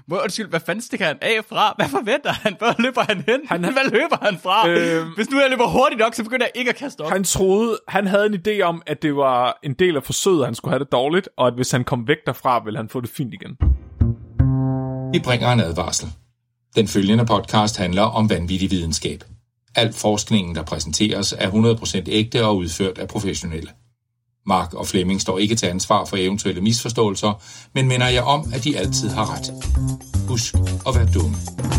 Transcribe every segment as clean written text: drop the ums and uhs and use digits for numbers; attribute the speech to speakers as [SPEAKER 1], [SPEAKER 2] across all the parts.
[SPEAKER 1] Hvad fanden stikker han af fra? Hvad forventer han? Hvor løber han hen? Hvad løber han fra? Hvis nu jeg løber hurtigt nok, så begynder jeg ikke at kaste op.
[SPEAKER 2] Han havde en idé om, at det var en del af forsøget, at han skulle have det dårligt, og at hvis han kom væk derfra, ville han få det fint igen.
[SPEAKER 3] Vi bringer en advarsel. Den følgende podcast handler om vanvittig videnskab. Al forskningen, der præsenteres, er 100% ægte og udført af professionelle. Mark og Flemming står ikke til ansvar for eventuelle misforståelser, men minder jer om, at de altid har ret. Husk at være dumme.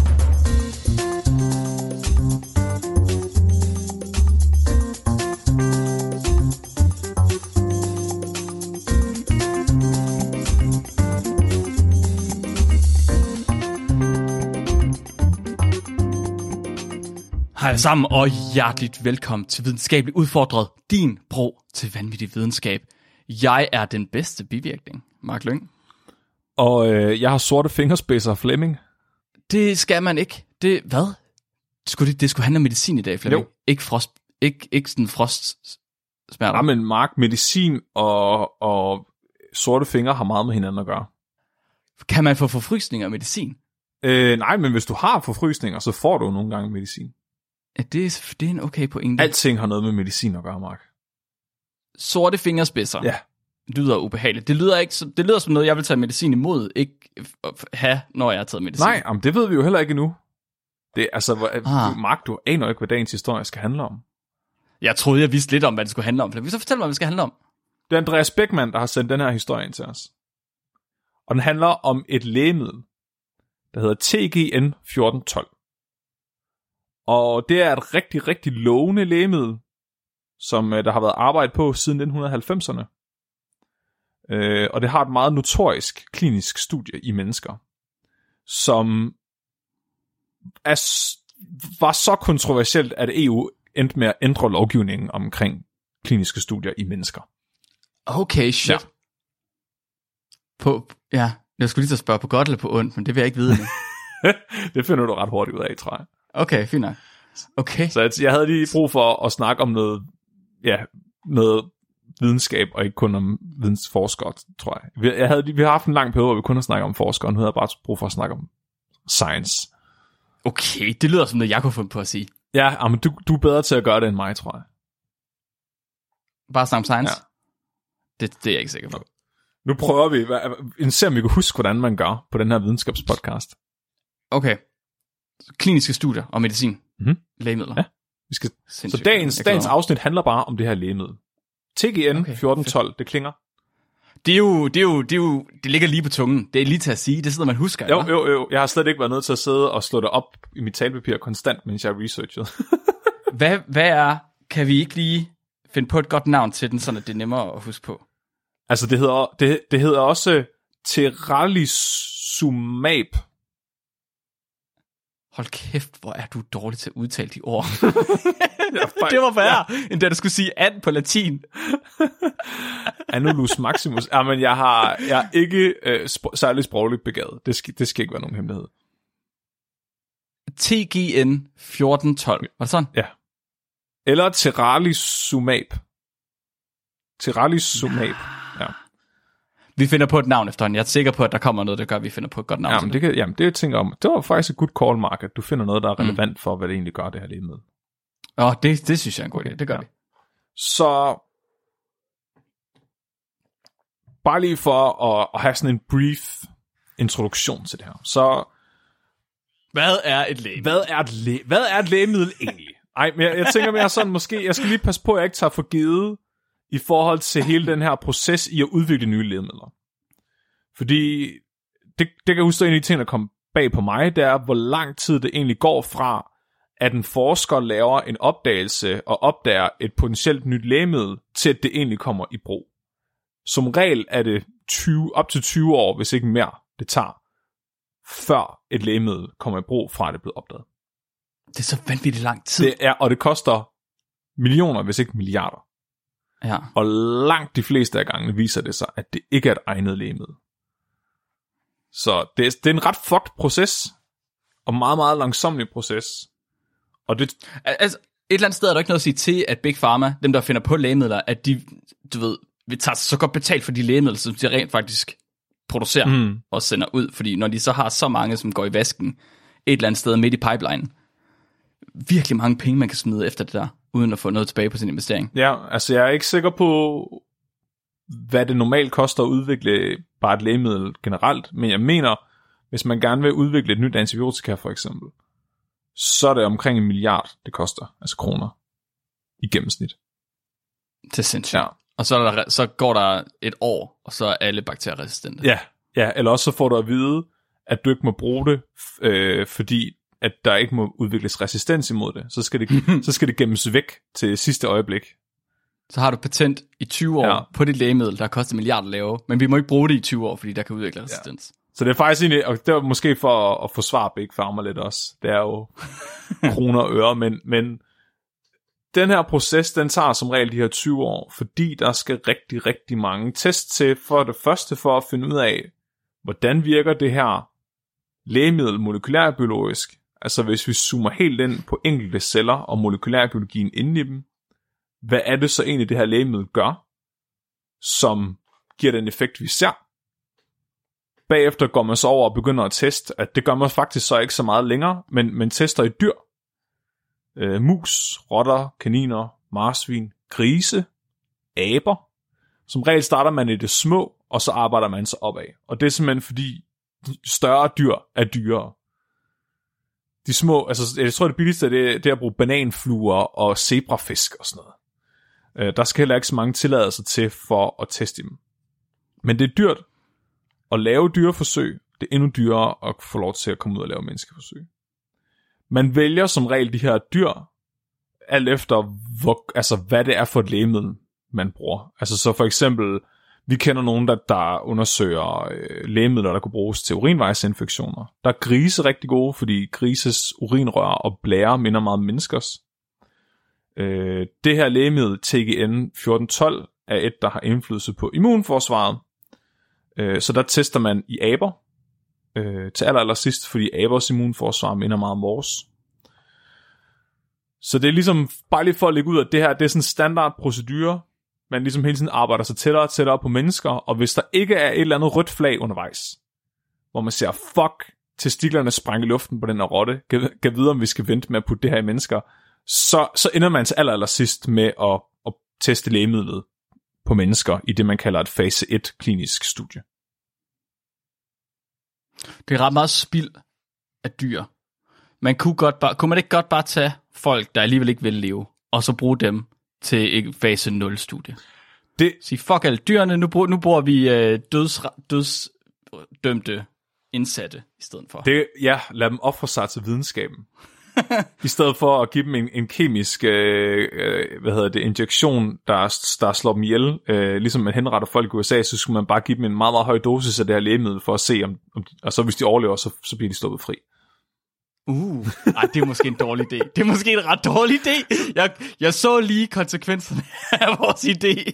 [SPEAKER 1] Hej sammen og hjerteligt velkommen til Videnskabeligt Udfordret, din bro til vanvittig videnskab. Jeg er den bedste bivirkning, Mark Lyng.
[SPEAKER 2] Og jeg har sorte fingerspidser, Flemming.
[SPEAKER 1] Det skal man ikke. Hvad? Det skulle handle om medicin i dag, Flemming.
[SPEAKER 2] Jo.
[SPEAKER 1] Ikke sådan frostsmerter.
[SPEAKER 2] Ja, men Mark, medicin og sorte fingre har meget med hinanden at gøre.
[SPEAKER 1] Kan man få forfrysninger af medicin?
[SPEAKER 2] Nej, men hvis du har forfrysninger, så får du nogle gange medicin.
[SPEAKER 1] Ja, det er en okay pointe.
[SPEAKER 2] Alting har noget med medicin at gøre, Mark.
[SPEAKER 1] Sorte fingerspidser.
[SPEAKER 2] Ja.
[SPEAKER 1] Lyder ubehageligt. Det lyder som noget, jeg vil tage medicin imod, ikke have, når jeg har taget medicin.
[SPEAKER 2] Nej, men det ved vi jo heller ikke endnu. Det altså, Mark, du aner ikke, hvad dagens historie skal handle om.
[SPEAKER 1] Jeg troede, jeg vidste lidt om, hvad det skulle handle om. Så fortæl mig, hvad det skal handle om.
[SPEAKER 2] Det er Andreas Beckmann, der har sendt den her historie ind til os. Og den handler om et lægemiddel, der hedder TGN 1412. Og det er et rigtig, rigtig lovende lægemiddel, som der har været arbejdet på siden 1990'erne. Og det har et meget notorisk klinisk studie i mennesker, som var så kontroversielt, at EU endte med at ændre lovgivningen omkring kliniske studier i mennesker.
[SPEAKER 1] Okay, shit. Ja. Jeg skulle lige så spørge på godt eller på ondt, men det vil jeg ikke vide nu.
[SPEAKER 2] Det finder du ret hurtigt ud af, tror jeg.
[SPEAKER 1] Okay, fint nok. Okay.
[SPEAKER 2] Så jeg havde lige brug for at snakke om noget videnskab, og ikke kun om vidensforskere, tror jeg. Vi har haft en lang periode, hvor vi kun har snakket om forskere, nu havde jeg bare brug for at snakke om science.
[SPEAKER 1] Okay, det lyder som noget, jeg kunne finde på at sige.
[SPEAKER 2] Ja, men du er bedre til at gøre det end mig, tror jeg.
[SPEAKER 1] Bare snakke om science? Ja. Det er jeg ikke sikker på.
[SPEAKER 2] Nu prøver vi, se om vi kan huske, hvordan man gør på den her videnskabspodcast.
[SPEAKER 1] Okay. Kliniske studier og medicin. Lægemidler.
[SPEAKER 2] Ja. Så dagens afsnit handler bare om det her lægemiddel. TGN 1412, det klinger. Det ligger lige på tungen. Det er lige til at sige. Det sidder man husker. Jo. Jeg har slet ikke været nødt til at sidde og slå det op i mit talepapir konstant, mens jeg har researchet.
[SPEAKER 1] Kan vi ikke lige finde på et godt navn til den, så det er nemmere at huske på?
[SPEAKER 2] Altså, det hedder også Teralisumab.
[SPEAKER 1] Hold kæft, hvor er du dårlig til at udtale de ord. Det var værre, end da du skulle sige and på latin.
[SPEAKER 2] Annulus maximus. Men jeg er ikke særlig sprogligt begavet. Det skal ikke være nogen hemmelighed.
[SPEAKER 1] TGN 1412. Var det sådan?
[SPEAKER 2] Ja. Eller Teralisumab. Teralisumab. Ja.
[SPEAKER 1] Vi finder på et navn efterhånden. Jeg er sikker på, at der kommer noget, der gør, at vi finder på et godt navn.
[SPEAKER 2] Det var faktisk et good call, Mark, at du finder noget, der er relevant for, hvad det egentlig gør, det her lægemiddel.
[SPEAKER 1] Det synes jeg er en god idé. Det gør det.
[SPEAKER 2] Så bare lige for at have sådan en brief introduktion til det her. Så
[SPEAKER 1] hvad er et lægemiddel?
[SPEAKER 2] Hvad er et lægemiddel egentlig? Ej, men jeg tænker mere sådan, måske, jeg skal lige passe på, at jeg ikke tager for givet i forhold til hele den her proces i at udvikle nye lægemidler. Fordi det kan jeg huske, en af de ting, der kom bag på mig, det er, hvor lang tid det egentlig går fra, at en forsker laver en opdagelse og opdager et potentielt nyt lægemiddel, til at det egentlig kommer i brug. Som regel er det op til 20 år, hvis ikke mere, det tager, før et lægemiddel kommer i brug, fra at det er blevet opdaget.
[SPEAKER 1] Det er så vanvittigt lang tid.
[SPEAKER 2] Det er, og det koster millioner, hvis ikke milliarder.
[SPEAKER 1] Ja.
[SPEAKER 2] Og langt de fleste af gangene viser det sig, at det ikke er et egnet lægemiddel. Så det er en ret fucked proces, og meget, meget langsomlig proces. Og det...
[SPEAKER 1] Altså, et eller andet sted er der ikke noget at sige til, at Big Pharma, dem der finder på lægemidler, at de, vil tage så godt betalt for de lægemidler, som de rent faktisk producerer og sender ud, fordi når de så har så mange, som går i vasken et eller andet sted midt i pipeline, virkelig mange penge, man kan smide efter det der, uden at få noget tilbage på sin investering.
[SPEAKER 2] Ja, altså jeg er ikke sikker på, hvad det normalt koster at udvikle bare et lægemiddel generelt, men jeg mener, hvis man gerne vil udvikle et nyt antibiotika for eksempel, så er det omkring 1 milliard, det koster, altså kroner, i gennemsnit.
[SPEAKER 1] Det er sindssygt. Ja. Og så går der et år, og så er alle bakterieresistente.
[SPEAKER 2] Ja, eller også så får du at vide, at du ikke må bruge det, fordi at der ikke må udvikles resistens imod det. Så skal det gemmes væk til sidste øjeblik.
[SPEAKER 1] Så har du patent i 20 år på dit lægemiddel, der koster milliarder at lave, men vi må ikke bruge det i 20 år, fordi der kan udvikle resistens. Ja.
[SPEAKER 2] Så det er faktisk egentlig, og det var måske for at forsvare Big Pharma lidt også. Det er jo kroner og øre, men den her proces, den tager som regel de her 20 år, fordi der skal rigtig, rigtig mange tests til, for det første for at finde ud af, hvordan virker det her lægemiddel molekylærbiologisk. Altså hvis vi zoomer helt ind på enkelte celler og molekylærbiologien inde i dem, hvad er det så egentlig det her lægemiddel gør, som giver den effekt vi ser? Bagefter går man så over og begynder at teste, at det gør man faktisk så ikke så meget længere, men tester i dyr. Mus, rotter, kaniner, marsvin, grise, aber. Som regel starter man i det små, og så arbejder man sig opad. Og det er simpelthen fordi større dyr er dyrere. De små, altså jeg tror det billigste det er at bruge bananfluer og zebrafisk og sådan noget. Der skal heller ikke så mange tilladelser til for at teste dem. Men det er dyrt at lave dyreforsøg. Det er endnu dyrere at få lov til at komme ud og lave menneskeforsøg. Man vælger som regel de her dyr, alt efter hvad det er for et lægemiddel, man bruger. Altså så for eksempel, vi kender nogen, der undersøger lægemidler, der kunne bruges til urinvejsinfektioner. Der er grise rigtig gode, fordi grises urinrør og blære minder meget om menneskers. Det her lægemiddel, TGN 1412, er et, der har indflydelse på immunforsvaret. Så der tester man i aber til allersidst, fordi abers immunforsvar minder meget om vores. Så det er ligesom, bare lige for at lægge ud, at det her, det er sådan en standard procedure, man ligesom hele tiden arbejder sig tættere og tættere på mennesker, og hvis der ikke er et eller andet rødt flag undervejs, hvor man siger, fuck, testiklerne sprang i luften på den her rotte, kan vide, om vi skal vente med at putte det her i mennesker, så ender man til allersidst med at teste lægemidlet på mennesker i det, man kalder et fase 1 klinisk studie.
[SPEAKER 1] Det er ret meget spild af dyr. Kunne man ikke godt bare tage folk, der alligevel ikke vil leve, og så bruge dem til et fase 0-studie? Sige, fuck alle dyrene, nu bruger vi dødsdømte indsatte i stedet for.
[SPEAKER 2] Lad dem ofre sig til videnskaben. I stedet for at give dem en kemisk injektion, der slår dem ihjel, ligesom man henretter folk i USA, så skulle man bare give dem en meget, meget høj dosis af det her lægemiddel, for at se, om og så hvis de overlever, så bliver de sluppet fri.
[SPEAKER 1] Det er måske en dårlig idé. Det er måske en ret dårlig idé. Jeg så lige konsekvenserne af vores idé.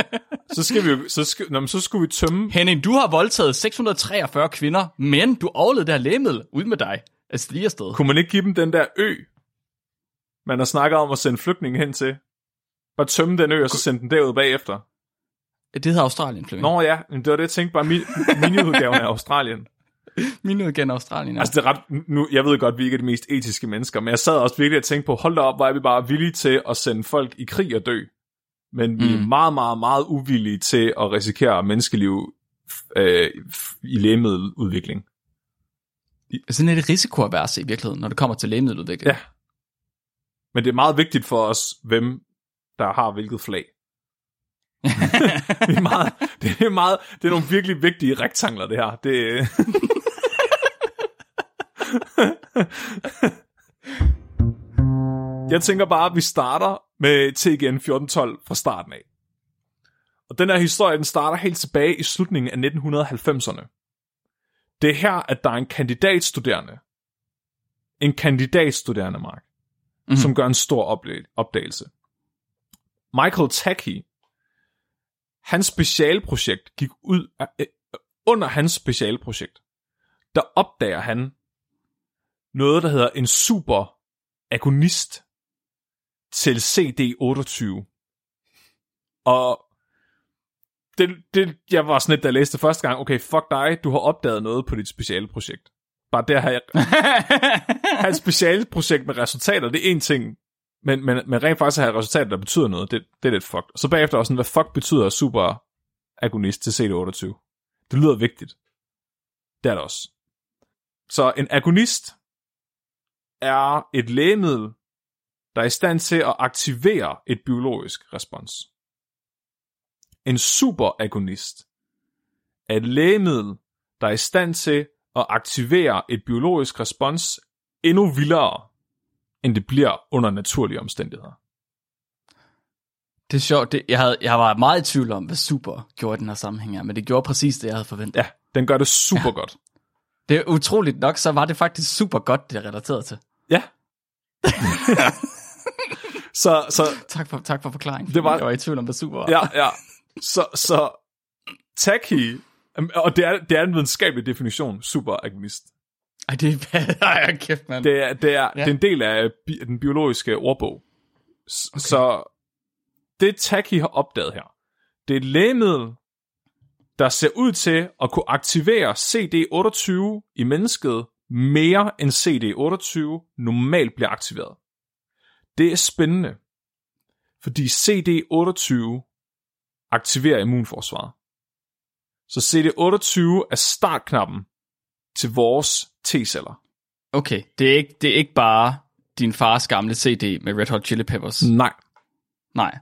[SPEAKER 2] så skulle vi tømme...
[SPEAKER 1] Henning, du har voldtaget 643 kvinder, men du overlevede det her lægemiddel ud med dig. Altså lige afsted.
[SPEAKER 2] Kunne man ikke give dem den der ø, man har snakket om at sende flygtninge hen til? Bare tømme den ø, og så sende den derud bagefter.
[SPEAKER 1] Det hedder Australien, Flemming.
[SPEAKER 2] Nå ja, men det var det, jeg tænkte, bare miniudgaven af Australien.
[SPEAKER 1] Miniudgaven af Australien, ja.
[SPEAKER 2] Altså det er ret, jeg ved godt, vi ikke er de mest etiske mennesker, men jeg sad også virkelig og tænkte på, hold da op, hvor er vi bare villige til at sende folk i krig og dø. Men vi er meget, meget, meget uvillige til at risikere menneskeliv i lægemiddeludvikling.
[SPEAKER 1] Sådan er det risikoavers i virkeligheden, når det kommer til lægemiddeludvikling.
[SPEAKER 2] Ja. Men det er meget vigtigt for os, hvem der har hvilket flag. det er nogle virkelig vigtige rektangler, det her. Jeg tænker bare, at vi starter med TGN 1412 fra starten af. Og den her historie, den starter helt tilbage i slutningen af 1990'erne. Det er her, at der er en kandidatstuderende, Mark, som gør en stor opdagelse. Michael Tackey, hans specialprojekt gik ud under hans specialprojekt, der opdager han noget, der hedder en superagonist til CD28. Og Jeg var sådan lidt, da jeg læste første gang, okay, fuck dig, du har opdaget noget på dit speciale projekt. Bare der har jeg have et speciale projekt med resultater, det er en ting, men rent faktisk at have resultater, der betyder noget, det er lidt fucked. Og så bagefter også sådan, hvad fuck betyder superagonist til CD28? Det lyder vigtigt. Det er det også. Så en agonist er et lægemiddel, der er i stand til at aktivere et biologisk respons. En superagonist er et lægemiddel, der er i stand til at aktivere et biologisk respons endnu vildere, end det bliver under naturlige omstændigheder.
[SPEAKER 1] Det er sjovt. Jeg var meget i tvivl om, hvad super gjorde i den her sammenhæng her, men det gjorde præcis det, jeg havde forventet.
[SPEAKER 2] Ja, den gør det super godt.
[SPEAKER 1] Det er utroligt nok, så var det faktisk super godt, det er relateret til.
[SPEAKER 2] Ja. så
[SPEAKER 1] tak for forklaringen.
[SPEAKER 2] Det var,
[SPEAKER 1] jeg var i tvivl om, hvad super var.
[SPEAKER 2] Ja. Så Taki, og det er en videnskabelig definition, superagonist.
[SPEAKER 1] Ej, det er kæft, mand.
[SPEAKER 2] Det er en del af den biologiske ordbog. Okay. Så det Taki har opdaget her, det er et lægemiddel, der ser ud til at kunne aktivere CD28 i mennesket mere end CD28 normalt bliver aktiveret. Det er spændende, fordi CD28 aktiverer immunforsvaret. Så CD28 er startknappen til vores T-celler.
[SPEAKER 1] Okay, det er ikke bare din fars gamle CD med Red Hot Chili Peppers. Nej.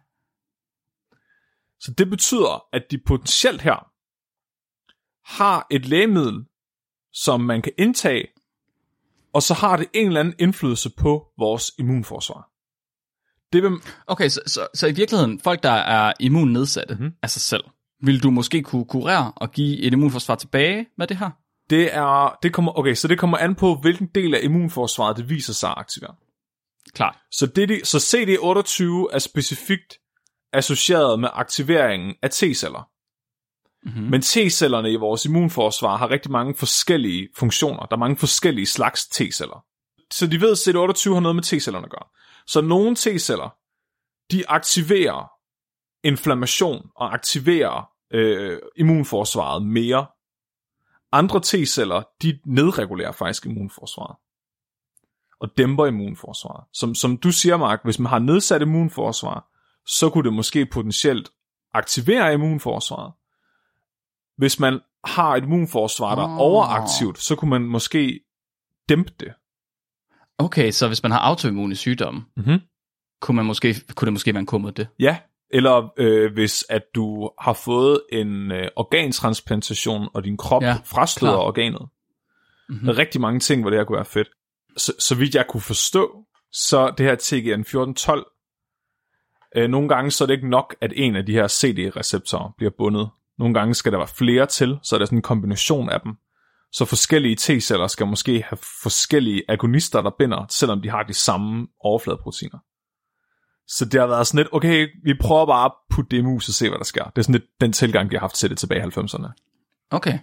[SPEAKER 2] Så det betyder, at de potentielt her har et lægemiddel, som man kan indtage, og så har det en eller anden indflydelse på vores immunforsvar.
[SPEAKER 1] Okay, så i virkeligheden, folk, der er immunnedsatte af sig selv, vil du måske kunne kurere og give et immunforsvar tilbage med det her?
[SPEAKER 2] Så det kommer an på, hvilken del af immunforsvaret det viser sig at aktivere.
[SPEAKER 1] Klart.
[SPEAKER 2] Så CD28 er specifikt associeret med aktiveringen af T-celler. Mm-hmm. Men T-cellerne i vores immunforsvar har rigtig mange forskellige funktioner. Der er mange forskellige slags T-celler. Så de ved, at CD28 har noget med T-cellerne at gøre. Så nogle T-celler, de aktiverer inflammation og aktiverer immunforsvaret mere. Andre T-celler, de nedregulerer faktisk immunforsvaret. Og dæmper immunforsvaret. Som du siger, Mark, hvis man har nedsat immunforsvar, så kunne det måske potentielt aktivere immunforsvaret. Hvis man har et immunforsvar, der er overaktivt, så kunne man måske dæmpe det.
[SPEAKER 1] Okay, så hvis man har autoimmune sygdomme, kunne det måske være en kur mod det?
[SPEAKER 2] Ja, eller hvis at du har fået en organtransplantation, og din krop frastøder organet. Mm-hmm. Der er rigtig mange ting, hvor det her kunne være fedt. Så vidt jeg kunne forstå, så det her TGN 1412, nogle gange så er det ikke nok, at en af de her CD-receptorer bliver bundet. Nogle gange skal der være flere til, så er der sådan en kombination af dem. Så forskellige T-celler skal måske have forskellige agonister, der binder, selvom de har de samme overfladeproteiner. Så det har været sådan lidt, okay, vi prøver bare at putte det i mus og se, hvad der sker. Det er sådan lidt den tilgang, de har haft til det tilbage i 90'erne.
[SPEAKER 1] Okay.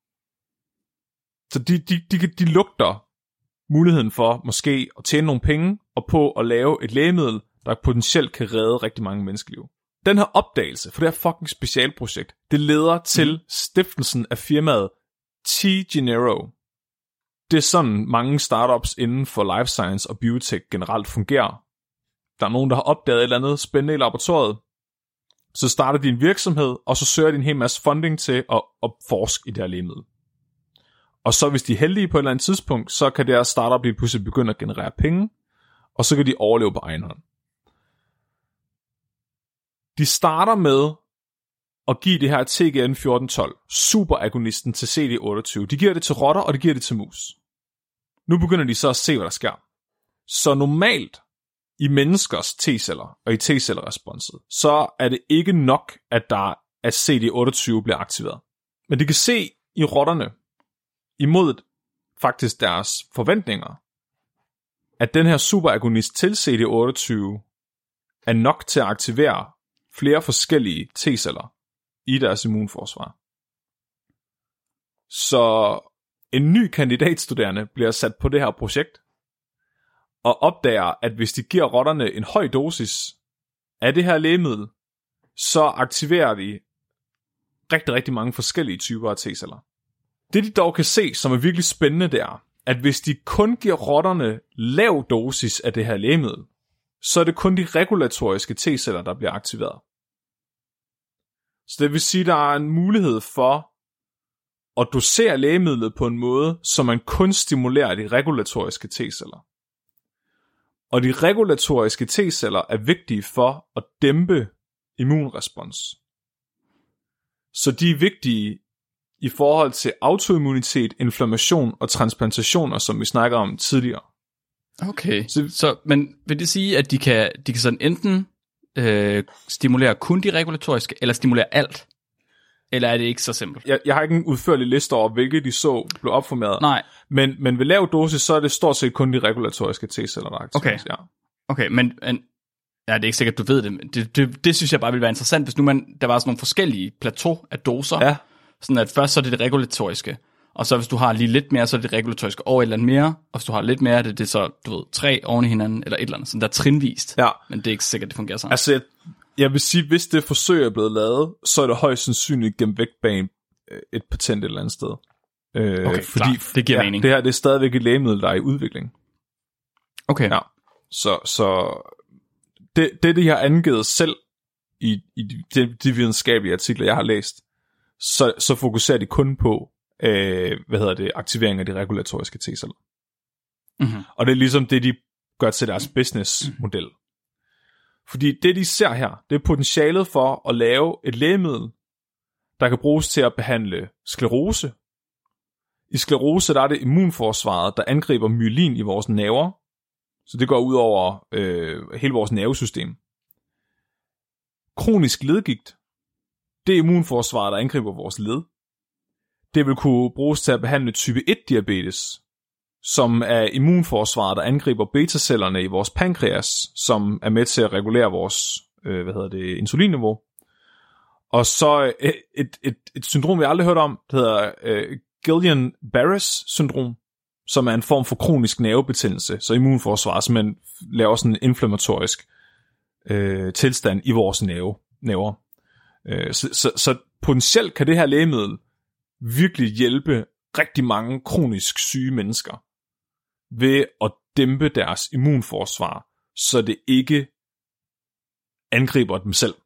[SPEAKER 2] Så de lugter muligheden for måske at tjene nogle penge, og på at lave et lægemiddel, der potentielt kan redde rigtig mange menneskeliv. Den her opdagelse for det her fucking specialprojekt, det leder til stiftelsen af firmaet T-Genero. Det er sådan mange startups inden for life science og biotech generelt fungerer. Der er nogen, der har opdaget et eller andet spændende i laboratoriet. Så starter de en virksomhed, og så søger de en hel masse funding til at forske i det her lægemiddel. Og så hvis de er heldige på et eller andet tidspunkt, så kan deres startup lige pludselig begynde at generere penge, og så kan de overleve på egen hånd. De starter med at give det her TGN 1412, superagonisten til CD28. De giver det til rotter, og de giver det til mus. Nu begynder de så at se, hvad der sker. Så normalt i menneskers T-celler og i T-celleresponset, så er det ikke nok, at CD28 bliver aktiveret. Men de kan se i rotterne, imod faktisk deres forventninger, at den her superagonist til CD28 er nok til at aktivere flere forskellige T-celler i deres immunforsvar. Så en ny kandidatstuderende bliver sat på det her projekt, og opdager, at hvis de giver rotterne en høj dosis af det her lægemiddel, så aktiverer de rigtig, rigtig mange forskellige typer af T-celler. Det de dog kan se, som er virkelig spændende, det er, at hvis de kun giver rotterne lav dosis af det her lægemiddel, så er det kun de regulatoriske T-celler, der bliver aktiveret. Så det vil sige, at der er en mulighed for at dosere lægemidlet på en måde, så man kun stimulerer de regulatoriske T-celler. Og de regulatoriske T-celler er vigtige for at dæmpe immunrespons. Så de er vigtige i forhold til autoimmunitet, inflammation og transplantationer, som vi snakker om tidligere.
[SPEAKER 1] Okay, men vil det sige, at de kan sådan enten stimulere kun de regulatoriske, eller stimulere alt? Eller er det ikke så simpelt?
[SPEAKER 2] Jeg har ikke en udførlig liste over, hvilke de så blev opformeret.
[SPEAKER 1] Nej.
[SPEAKER 2] Men ved lav dosis, så er det stort set kun de regulatoriske T-celler, der aktiveres.
[SPEAKER 1] Okay, okay, men ja, det er ikke sikkert, du ved det, men det synes jeg bare ville være interessant, hvis nu der var sådan nogle forskellige plateau af doser. Ja. Sådan at først så er det regulatoriske, og så hvis du har lige lidt mere, så er det regulatoriske over et eller andet mere, og hvis du har lidt mere, det er så, du ved, 3 oven i hinanden, eller et eller andet, sådan der trinvist. Ja. Men det er ikke sikkert, det fungerer sådan.
[SPEAKER 2] Altså, jeg vil sige, hvis det forsøg er blevet lavet, så er det højst sandsynligt gemt væk bag et patent et eller andet sted.
[SPEAKER 1] Okay, fordi klar. Det giver mening.
[SPEAKER 2] Det her, det er stadigvæk et lægemiddel, der er i udvikling.
[SPEAKER 1] Okay.
[SPEAKER 2] Ja. Så det de har angivet selv i de videnskabelige artikler, jeg har læst, så fokuserer de kun på aktivering af de regulatoriske T-celler. Mm-hmm. Og det er ligesom det, de gør til deres businessmodel. Fordi det, de ser her, det er potentialet for at lave et lægemiddel, der kan bruges til at behandle sklerose. I sklerose, der er det immunforsvaret, der angriber myelin i vores nerver. Så det går ud over hele vores nervesystem. Kronisk ledgigt, det er immunforsvaret, der angriber vores led. Det vil kunne bruges til at behandle type 1-diabetes, som er immunforsvaret, der angriber betacellerne i vores pankreas, som er med til at regulere vores insulinniveau. Og så et syndrom, vi aldrig har hørt om, der hedder Guillain-Barré syndrom, som er en form for kronisk nervebetændelse, så immunforsvaret simpelthen laver sådan en inflammatorisk tilstand i vores nerver. Så potentielt kan det her lægemiddel virkelig hjælpe rigtig mange kronisk syge mennesker ved at dæmpe deres immunforsvar, så det ikke angriber dem selv.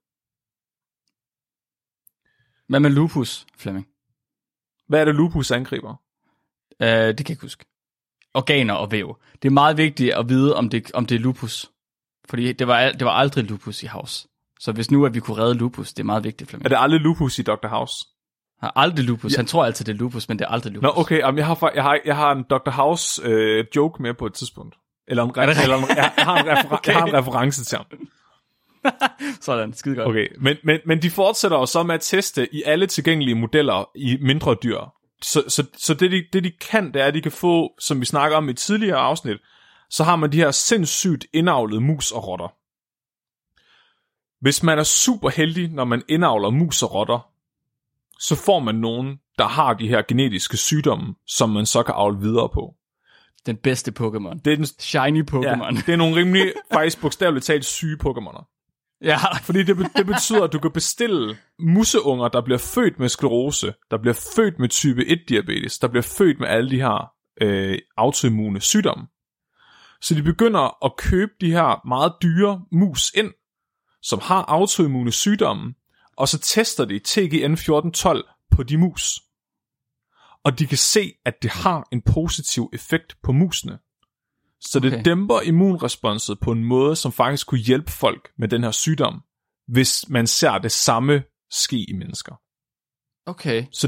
[SPEAKER 1] Hvad med lupus, Flemming?
[SPEAKER 2] Hvad er det, lupus angriber?
[SPEAKER 1] Det kan jeg ikke huske. Organer og væv. Det er meget vigtigt at vide, om det er lupus. Fordi det var aldrig lupus i House. Så hvis nu at vi kunne redde lupus, det er meget vigtigt, Flemming.
[SPEAKER 2] Er det aldrig lupus i Dr. House?
[SPEAKER 1] Han har aldrig lupus. Ja. Han tror altid, det er lupus, men det er aldrig lupus.
[SPEAKER 2] Nå, okay. Jeg har en Dr. House joke med på et tidspunkt. Jeg har en reference til ham.
[SPEAKER 1] Sådan, skide godt.
[SPEAKER 2] Okay, men de fortsætter jo så med at teste i alle tilgængelige modeller i mindre dyr. Så det de kan, det er, at de kan få, som vi snakker om i tidligere afsnit, så har man de her sindssygt indavlede mus og rotter. Hvis man er super heldig, når man indavler mus og rotter, så får man nogen, der har de her genetiske sygdomme, som man så kan avle videre på.
[SPEAKER 1] Den bedste Pokémon. Det er den shiny Pokémon.
[SPEAKER 2] Ja, det er nogle rimelig, faktisk bogstaveligt talt syge Pokémoner.
[SPEAKER 1] Ja.
[SPEAKER 2] Fordi det betyder, at du kan bestille museunger, der bliver født med sklerose, der bliver født med type 1-diabetes, der bliver født med alle de her autoimmune sygdomme. Så de begynder at købe de her meget dyre mus ind, som har autoimmune sygdomme, og så tester de TGN1412 på de mus. Og de kan se, at det har en positiv effekt på musene. Så det dæmper immunresponset på en måde, som faktisk kunne hjælpe folk med den her sygdom, hvis man ser det samme ske i mennesker.
[SPEAKER 1] Okay.
[SPEAKER 2] Så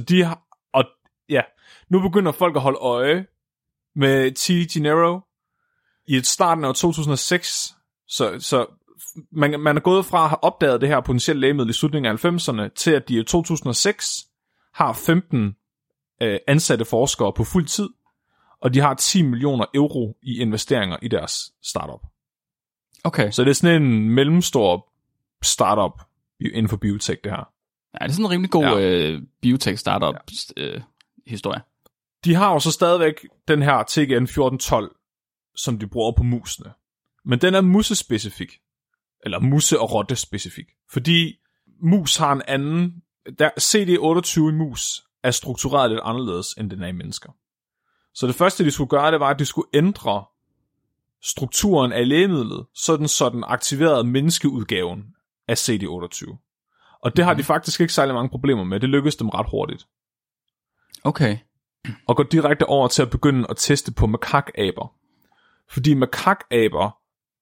[SPEAKER 2] nu begynder folk at holde øje med T. Gennaro i starten af 2006. Så man er gået fra at have opdaget det her potentielle lægemiddel i slutningen af 90'erne, til at de i 2006 har 15 ansatte forskere på fuld tid, og de har 10 millioner euro i investeringer i deres startup.
[SPEAKER 1] Okay.
[SPEAKER 2] Så det er sådan en mellemstor startup inden for biotech, det her.
[SPEAKER 1] Ja, det er sådan en rimelig god biotech startup historie.
[SPEAKER 2] De har jo så stadigvæk den her TGN1412, som de bruger på musene. Men den er musespecifik. Eller musse- og rotte-specifik. Fordi mus har en anden CD28 i mus er struktureret lidt anderledes, end den er i mennesker. Så det første, de skulle gøre, det var, at de skulle ændre strukturen af lægemidlet, så den aktiverede menneskeudgaven af CD28. Og det har de faktisk ikke særlig mange problemer med. Det lykkedes dem ret hurtigt.
[SPEAKER 1] Okay.
[SPEAKER 2] Og går direkte over til at begynde at teste på makakaber. Fordi makakaber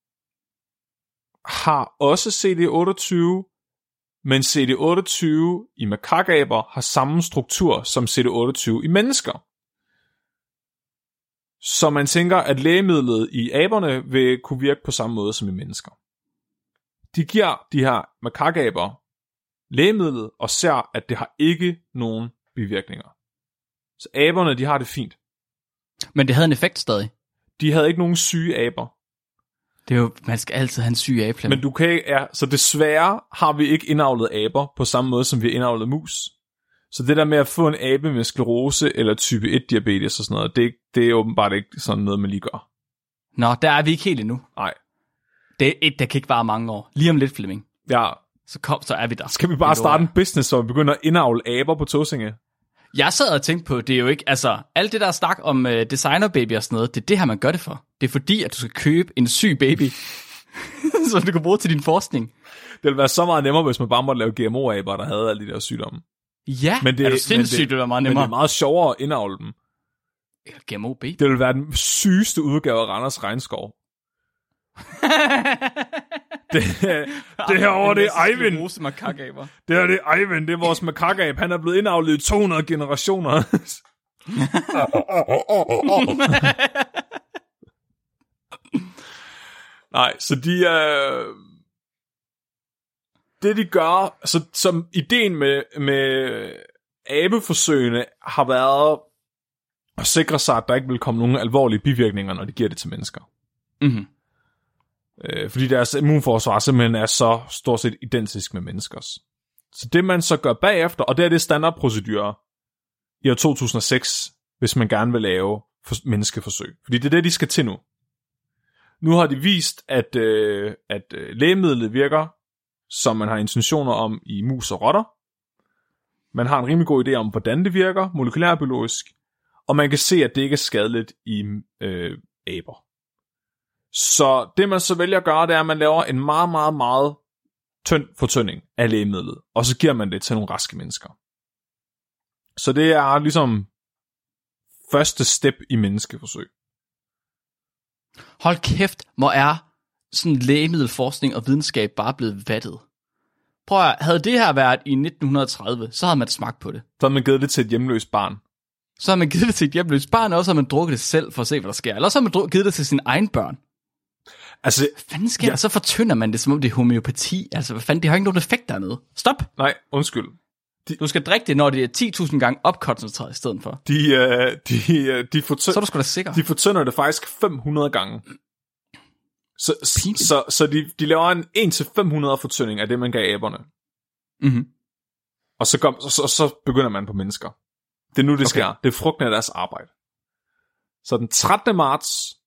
[SPEAKER 2] har også CD28, men CD28 i makakaber har samme struktur som CD28 i mennesker. Så man tænker, at lægemidlet i aberne vil kunne virke på samme måde som i mennesker. De giver de her makakaber lægemidlet og ser, at det har ikke nogen bivirkninger. Så aberne, de har det fint.
[SPEAKER 1] Men det havde en effekt stadig.
[SPEAKER 2] De havde ikke nogen syge aber.
[SPEAKER 1] Det er jo, man skal altid have en syg abe.
[SPEAKER 2] Men du kan ikke, så desværre har vi ikke indavlet aber på samme måde, som vi har indavlet mus. Så det der med at få en abe med sklerose eller type 1 diabetes og sådan noget, det er åbenbart ikke sådan noget, man lige gør.
[SPEAKER 1] Nå, der er vi ikke helt endnu.
[SPEAKER 2] Nej.
[SPEAKER 1] Der kan ikke vare mange år. Lige om lidt, Flemming.
[SPEAKER 2] Ja.
[SPEAKER 1] Så er vi der.
[SPEAKER 2] Skal vi bare starte en business, så vi begynder at indavle aber på Tåsinge?
[SPEAKER 1] Jeg sad og tænkte på, det er jo ikke, altså, alt det der snak om designerbaby og sådan noget, det er det her, man gør det for. Det er fordi, at du skal købe en syg baby, som du kan bruge til din forskning.
[SPEAKER 2] Det ville være så meget nemmere, hvis man bare måtte lave GMO-aber, der havde alle de der sygdomme.
[SPEAKER 1] Ja, men det er sindssygt, det var meget nemmere.
[SPEAKER 2] Men det er meget sjovere at indavle dem.
[SPEAKER 1] GMO-baby?
[SPEAKER 2] Det ville være den sygeste udgave af Randers Regnskov. det herovre, det er Eivind. Det her, det er Eivind, det er vores makakab. Han er blevet indavlet i 200 generationer. Nej, så de det de gør, så som ideen med abeforsøgene har været at sikre sig, at der ikke vil komme nogen alvorlige bivirkninger, når de giver det til mennesker.
[SPEAKER 1] Mhm.
[SPEAKER 2] Fordi deres immunforsvar simpelthen er så stort set identisk med menneskers. Så det man så gør bagefter, og det er det standardprocedure i år 2006, hvis man gerne vil lave menneskeforsøg. Fordi det er det, de skal til nu. Nu har de vist, at lægemidlet virker, som man har intentioner om i mus og rotter. Man har en rimelig god idé om, hvordan det virker molekylærbiologisk, og man kan se, at det ikke er skadeligt i aber. Så det man så vælger at gøre, det er, at man laver en meget, meget, meget tynd fortynding af lægemidlet, og så giver man det til nogle raske mennesker. Så det er ligesom første step i menneskeforsøg.
[SPEAKER 1] Hold kæft, hvor er sådan lægemiddelforskning og videnskab bare blevet vattet. Prøv at, havde det her været i 1930, så havde man smagt på det.
[SPEAKER 2] Så havde man givet det til et hjemløst barn.
[SPEAKER 1] Så har man givet det til et hjemløst barn, og så har man drukket det selv for at se, hvad der sker. Eller så har man givet det til sine egen børn.
[SPEAKER 2] Altså,
[SPEAKER 1] hvad fanden sker der? Så fortynder man det, som om det er homeopati. Altså, hvad fanden, det har ikke nogen effekt dernede. Stop!
[SPEAKER 2] Nej, undskyld.
[SPEAKER 1] Du skal drikke det, når det er 10.000 gange opkoncentreret i stedet for.
[SPEAKER 2] Så
[SPEAKER 1] er du sgu da sikker.
[SPEAKER 2] De fortynder det faktisk 500 gange. Så de laver en 1-500 fortynding af det, man gav aberne.
[SPEAKER 1] Mhm.
[SPEAKER 2] Og så begynder man på mennesker. Det er nu, det sker. Det er frugten af deres arbejde. Så den 13. marts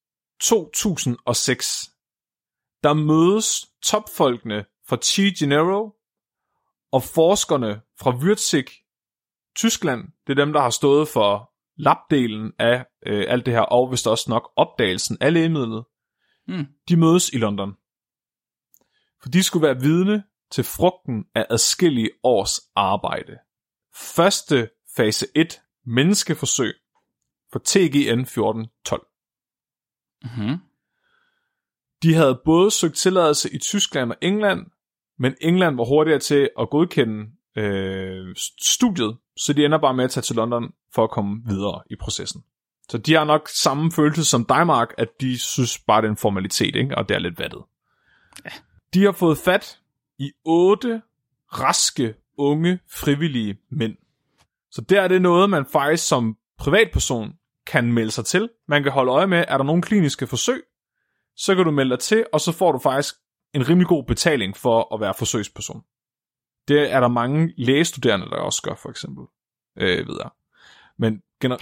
[SPEAKER 2] 2006, der mødes topfolkene fra Chi Gennaro og forskerne fra Würzig, Tyskland. Det er dem, der har stået for labdelen af alt det her, og vist også nok opdagelsen af lægemidlet. De mødes i London. For de skulle være vidne til frugten af adskillige års arbejde. Første fase 1 menneskeforsøg for TGN 1412.
[SPEAKER 1] Mhm.
[SPEAKER 2] De havde både søgt tilladelse i Tyskland og England, men England var hurtigere til at godkende studiet, så de ender bare med at tage til London for at komme videre i processen. Så de har nok samme følelse som Danmark, at de synes bare, det er en formalitet, ikke? Og det er lidt vattet. Ja. De har fået fat i 8 raske, unge, frivillige mænd. Så der er det noget, man faktisk som privatperson kan melde sig til. Man kan holde øje med, er der nogle kliniske forsøg, så kan du melde dig til, og så får du faktisk en rimelig god betaling for at være forsøgsperson. Det er der mange lægestuderende, der også gør, for eksempel. Ved jeg. Men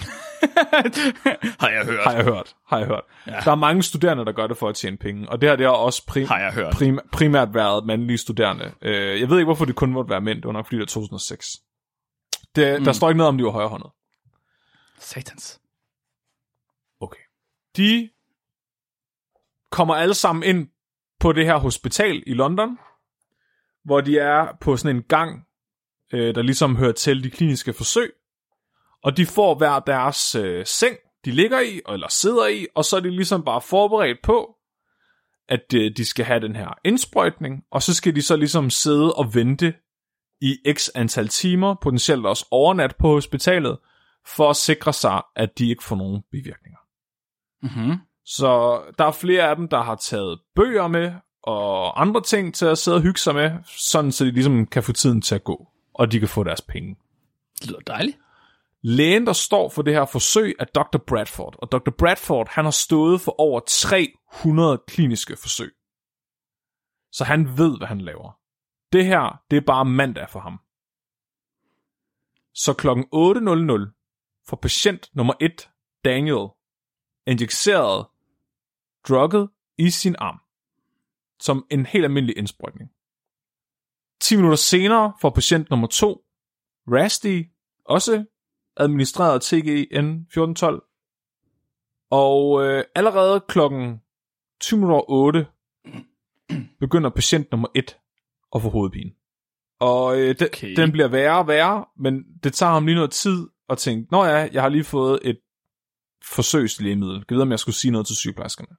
[SPEAKER 1] Har jeg hørt.
[SPEAKER 2] Ja. Der er mange studerende, der gør det for at tjene penge, og det her det har også primært været mandlige studerende. Jeg ved ikke, hvorfor det kun måtte være mænd, det var nok fordi det er 2006. Der står ikke noget om, de var højrehåndet.
[SPEAKER 1] Satans.
[SPEAKER 2] Okay. De kommer alle sammen ind på det her hospital i London, hvor de er på sådan en gang, der ligesom hører til de kliniske forsøg. Og de får hver deres seng, de ligger i, eller sidder i, og så er de ligesom bare forberedt på, at de skal have den her indsprøjtning, og så skal de så ligesom sidde og vente i x antal timer, potentielt også overnat på hospitalet, for at sikre sig, at de ikke får nogen bivirkninger.
[SPEAKER 1] Mhm.
[SPEAKER 2] Så der er flere af dem, der har taget bøger med, og andre ting til at sidde og hygge sig med, sådan så de ligesom kan få tiden til at gå, og de kan få deres penge.
[SPEAKER 1] Det lyder dejligt.
[SPEAKER 2] Lægen, der står for det her forsøg, er Dr. Bradford. Og Dr. Bradford, han har stået for over 300 kliniske forsøg. Så han ved, hvad han laver. Det her, det er bare mandag for ham. Så kl. 8:00 får patient nummer 1, Daniel, injiceret drugget i sin arm. Som en helt almindelig indsprøjtning. 10 minutter senere får patient nummer 2, Rusty, også administreret TGN 1412. Og allerede klokken 20:08 begynder patient nummer 1 at få hovedpine. Og den bliver værre og værre, men det tager ham lige noget tid at tænke, nå ja, jeg har lige fået et forsøgslægemiddel. Jeg ved, om jeg skulle sige noget til sygeplejerskerne.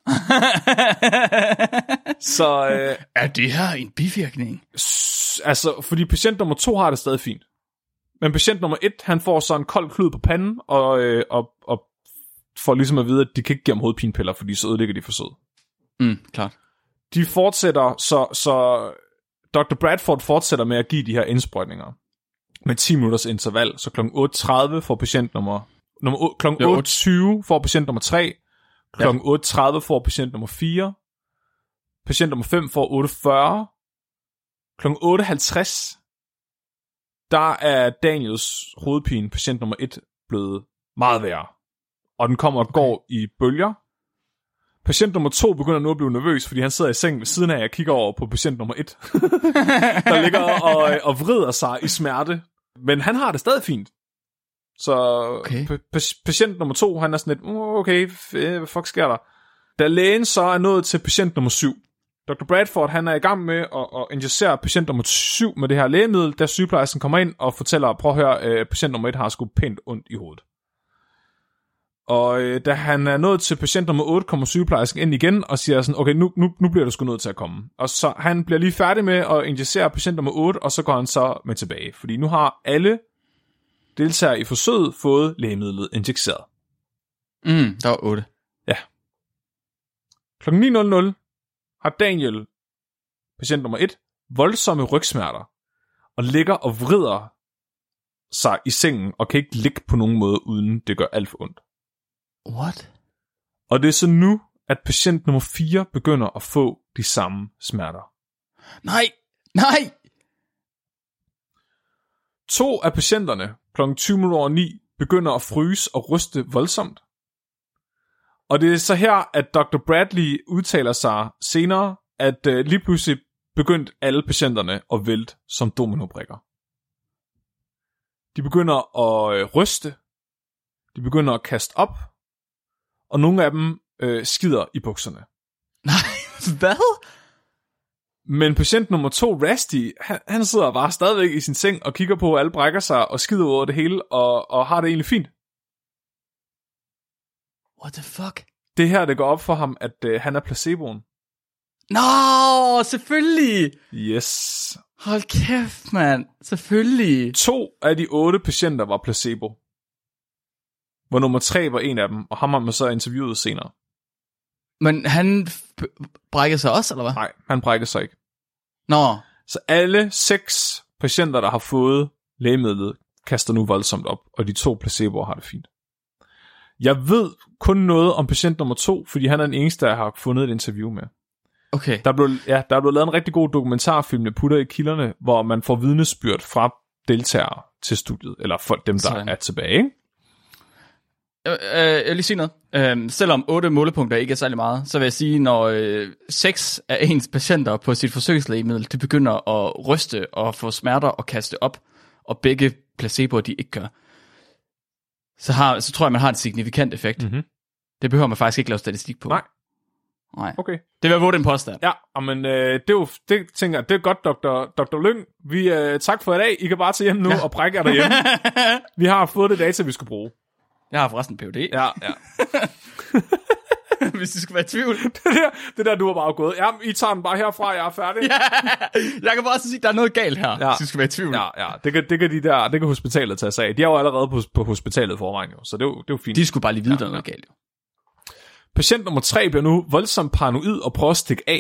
[SPEAKER 2] Så
[SPEAKER 1] er det her en bivirkning?
[SPEAKER 2] Altså, fordi patient nummer 2 har det stadig fint. Men patient nummer 1, han får så en kold klud på panden, og får ligesom at vide, at de kan ikke give ham hovedpinepiller, fordi så ødelægger de forsøget.
[SPEAKER 1] Klart.
[SPEAKER 2] De fortsætter, så Dr. Bradford fortsætter med at give de her indsprøjtninger med 10 minutters interval. Så kl. 8:30 får patient kl. 8:20 får patient nummer 3, kl. 8:30 får patient nummer 4, patient nummer 5 får 8:40, kl. 8:50 der er Daniels hovedpine, patient nummer 1, blevet meget værre. Og den kommer og går i bølger. Patient nummer 2 begynder nu at blive nervøs, fordi han sidder i sengen ved siden af, jeg kigger over på patient nummer 1, der ligger og vrider sig i smerte. Men han har det stadig fint. Så patient nummer 2, han er sådan lidt, okay, hvad fuck sker der? Da lægen så er nået til patient nummer 7, Dr. Bradford, han er i gang med at injicere patient nummer 7 med det her lægemiddel, da sygeplejersken kommer ind og fortæller, prøv at høre, patient nummer 1 har sgu pænt ondt i hovedet. Og da han er nået til patient nummer 8, kommer sygeplejersken ind igen og siger sådan, okay, nu bliver du sgu nødt til at komme. Og så han bliver lige færdig med at injicere patient nummer 8, og så går han så med tilbage. Fordi nu har alle deltagere i forsøget fået lægemidlet injiceret.
[SPEAKER 1] Der var 8.
[SPEAKER 2] Ja. Kl. 9:00 har Daniel, patient nummer 1, voldsomme rygsmerter, og ligger og vrider sig i sengen, og kan ikke ligge på nogen måde, uden det gør alt for ondt.
[SPEAKER 1] What?
[SPEAKER 2] Og det er så nu, at patient nummer 4 begynder at få de samme smerter.
[SPEAKER 1] Nej!
[SPEAKER 2] 2 af patienterne, kl. 20:09, begynder at fryse og ryste voldsomt. Og det er så her, at Dr. Bradley udtaler sig senere, at lige pludselig begyndte alle patienterne at vælte som dominobrikker. De begynder at ryste, de begynder at kaste op, og nogle af dem skider i bukserne.
[SPEAKER 1] Nej, hvad?
[SPEAKER 2] Men patient nummer 2, Rusty, han sidder bare stadigvæk i sin seng og kigger på, at alle brækker sig og skider over det hele, og har det egentlig fint.
[SPEAKER 1] What the fuck?
[SPEAKER 2] Det her, det går op for ham, at han er placeboen.
[SPEAKER 1] Nå, selvfølgelig!
[SPEAKER 2] Yes.
[SPEAKER 1] Hold kæft, mand. Selvfølgelig.
[SPEAKER 2] 2 af de 8 patienter var placebo. Hvor nummer 3 var en af dem, og ham har man så interviewet senere.
[SPEAKER 1] Men han brækker sig også, eller hvad?
[SPEAKER 2] Nej, han brækker sig ikke.
[SPEAKER 1] Nå.
[SPEAKER 2] Så alle 6 patienter, der har fået lægemidlet, kaster nu voldsomt op, og de 2 placeboer har det fint. Jeg ved kun noget om patient nummer 2, fordi han er den eneste, jeg har fundet et interview med.
[SPEAKER 1] Okay.
[SPEAKER 2] Der er blevet lavet en rigtig god dokumentarfilm, jeg putter i kilderne, hvor man får vidnesbyrd fra deltagere til studiet, eller folk dem, der er tilbage, ikke?
[SPEAKER 1] Jeg vil lige sige noget. Selvom 8 målepunkter ikke er særlig meget, så vil jeg sige, når 6 af ens patienter på sit forsøgslægemiddel, de begynder at ryste og få smerter og kaste op, og begge placeboer, de ikke gør, så tror jeg, man har en signifikant effekt.
[SPEAKER 2] Mm-hmm.
[SPEAKER 1] Det behøver man faktisk ikke lave statistik på.
[SPEAKER 2] Nej.
[SPEAKER 1] Okay. Det vil jeg våge den påstand.
[SPEAKER 2] Ja, men det tænker jeg, det er godt, Dr. Lyng. Vi tak for i dag. I kan bare tage hjem nu og brække jer derhjemme. Vi har fået det data, vi skulle bruge.
[SPEAKER 1] Jeg har forresten PhD.
[SPEAKER 2] Ja.
[SPEAKER 1] Hvis du skulle være i tvivl.
[SPEAKER 2] det der, du har bare gået. Ja, I tager den bare herfra, jeg er færdig.
[SPEAKER 1] Ja, jeg kan bare også sige, at der er noget galt her, hvis du skal være i tvivl.
[SPEAKER 2] Ja. Det kan hospitalet tage sig af. De er jo allerede på hospitalet forvejen, jo, så det er jo fint.
[SPEAKER 1] De skulle bare lige vide, der er noget galt, jo.
[SPEAKER 2] Patient nummer 3 bliver nu voldsomt paranoid og prøver at stikke af.